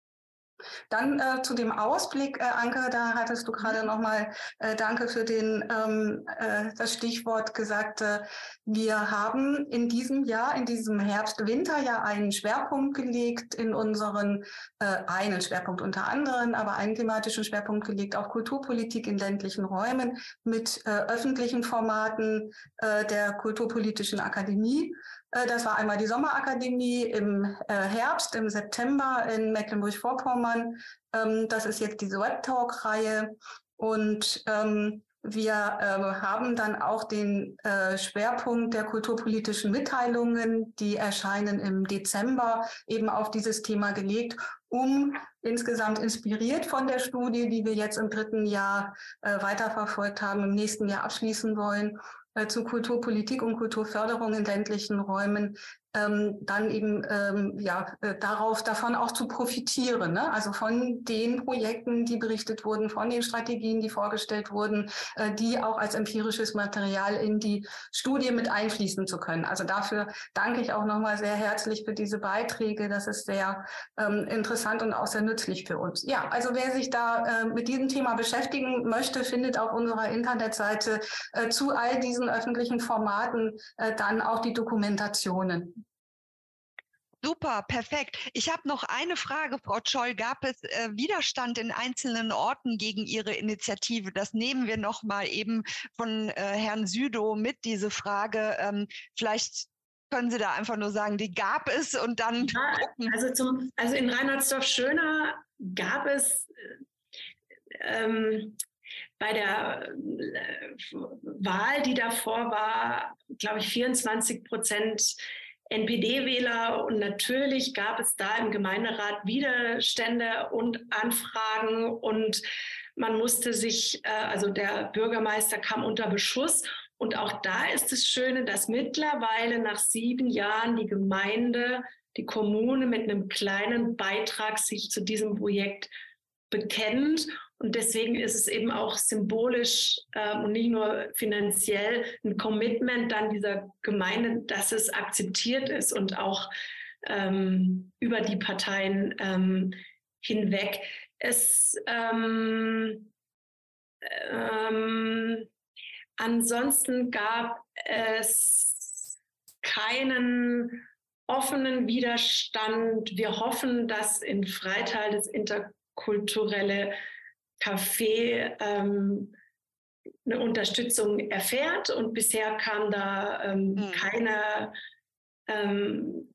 Speaker 5: Dann äh, zu dem Ausblick, äh, Anke, da hattest du gerade nochmal, äh, danke für den, ähm, äh, das Stichwort gesagt, äh, wir haben in diesem Jahr, in diesem Herbst-Winterjahr einen Schwerpunkt gelegt in unseren, äh, einen Schwerpunkt unter anderem, aber einen thematischen Schwerpunkt gelegt auf Kulturpolitik in ländlichen Räumen mit äh, öffentlichen Formaten äh, der Kulturpolitischen Akademie. Das war einmal die Sommerakademie im Herbst, im September in Mecklenburg-Vorpommern. Das ist jetzt diese Webtalk-Reihe. Und wir haben dann auch den Schwerpunkt der kulturpolitischen Mitteilungen, die erscheinen im Dezember, eben auf dieses Thema gelegt, um insgesamt inspiriert von der Studie, die wir jetzt im dritten Jahr weiterverfolgt haben, im nächsten Jahr abschließen wollen, zu Kulturpolitik und Kulturförderung in ländlichen Räumen, ähm, dann eben ähm, ja äh, darauf davon auch zu profitieren, ne? Also von den Projekten, die berichtet wurden, von den Strategien, die vorgestellt wurden, äh, die auch als empirisches Material in die Studie mit einfließen zu können. Also dafür danke ich auch nochmal sehr herzlich für diese Beiträge. Das ist sehr ähm, interessant und auch sehr nützlich für uns. Ja, also wer sich da äh, mit diesem Thema beschäftigen möchte, findet auf unserer Internetseite äh, zu all diesen öffentlichen Formaten äh, dann auch die Dokumentationen.
Speaker 1: Super, perfekt. Ich habe noch eine Frage, Frau Scholl. Gab es äh, Widerstand in einzelnen Orten gegen Ihre Initiative? Das nehmen wir noch mal eben von äh, Herrn Südow mit, diese Frage. Ähm, vielleicht können Sie da einfach nur sagen, die gab es und dann
Speaker 4: ja,
Speaker 1: gucken.
Speaker 4: Also, zum, also in Reinhardsdorf-Schöner gab es ähm, bei der äh, Wahl, die davor war, glaube ich, vierundzwanzig Prozent N P D-Wähler. Und natürlich gab es da im Gemeinderat Widerstände und Anfragen. Und man musste sich, äh, also der Bürgermeister kam unter Beschuss. Und auch da ist das Schöne, dass mittlerweile nach sieben Jahren die Gemeinde, die Kommune mit einem kleinen Beitrag sich zu diesem Projekt bekennt. Und deswegen ist es eben auch symbolisch äh, und nicht nur finanziell ein Commitment dann dieser Gemeinde, dass es akzeptiert ist und auch ähm, über die Parteien ähm, hinweg. Es ähm, ähm, ansonsten gab es keinen offenen Widerstand. Wir hoffen, dass in Freital das interkulturelle Café ähm, eine Unterstützung erfährt, und bisher kam da ähm, mhm. keine, ähm,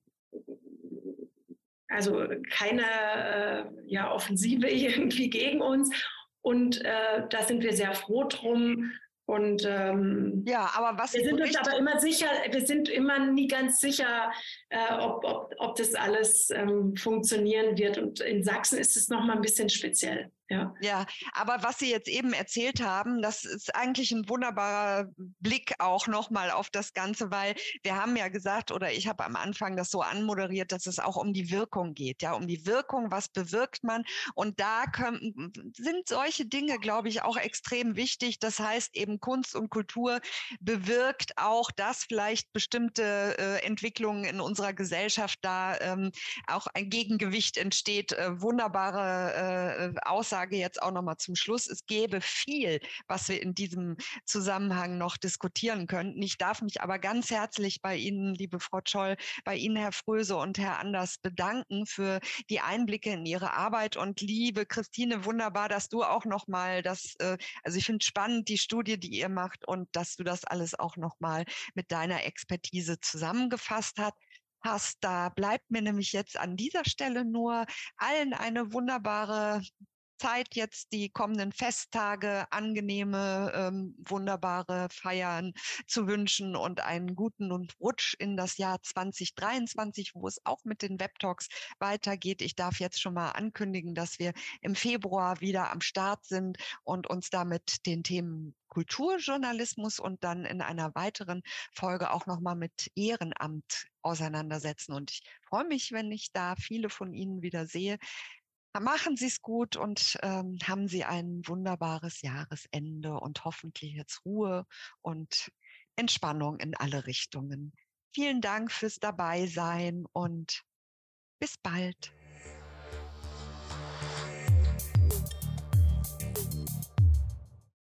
Speaker 4: also keine äh, ja, Offensive irgendwie gegen uns, und äh, da sind wir sehr froh drum. Und ähm,
Speaker 1: ja, aber was
Speaker 4: wir sind uns aber immer sicher, wir sind immer nie ganz sicher, äh, ob, ob, ob das alles ähm, funktionieren wird. Und in Sachsen ist es noch mal ein bisschen speziell. Ja.
Speaker 1: Ja, aber was Sie jetzt eben erzählt haben, das ist eigentlich ein wunderbarer Blick auch nochmal auf das Ganze, weil wir haben ja gesagt, oder ich habe am Anfang das so anmoderiert, dass es auch um die Wirkung geht, ja, um die Wirkung, was bewirkt man, und da können, sind solche Dinge, glaube ich, auch extrem wichtig. Das heißt eben, Kunst und Kultur bewirkt auch, dass vielleicht bestimmte äh, Entwicklungen in unserer Gesellschaft da ähm, auch ein Gegengewicht entsteht. Äh, wunderbare äh, Aussagen jetzt auch noch mal zum Schluss. Es gäbe viel, was wir in diesem Zusammenhang noch diskutieren könnten. Ich darf mich aber ganz herzlich bei Ihnen, liebe Frau Scholl, bei Ihnen, Herr Fröse und Herr Anders, bedanken für die Einblicke in Ihre Arbeit. Und liebe Christine, wunderbar, dass du auch noch mal das, äh, also ich finde spannend, die Studie, die ihr macht, und dass du das alles auch noch mal mit deiner Expertise zusammengefasst hast. Hast. Da bleibt mir nämlich jetzt an dieser Stelle nur allen eine wunderbare Zeit, jetzt die kommenden Festtage, angenehme, ähm, wunderbare Feiern zu wünschen und einen guten Rutsch in das Jahr zwanzig dreiundzwanzig, wo es auch mit den Webtalks weitergeht. Ich darf jetzt schon mal ankündigen, dass wir im Februar wieder am Start sind und uns damit den Themen Kulturjournalismus und dann in einer weiteren Folge auch nochmal mit Ehrenamt auseinandersetzen. Und ich freue mich, wenn ich da viele von Ihnen wieder sehe. Machen Sie es gut und ähm, haben Sie ein wunderbares Jahresende und hoffentlich jetzt Ruhe und Entspannung in alle Richtungen. Vielen Dank fürs Dabeisein und bis bald.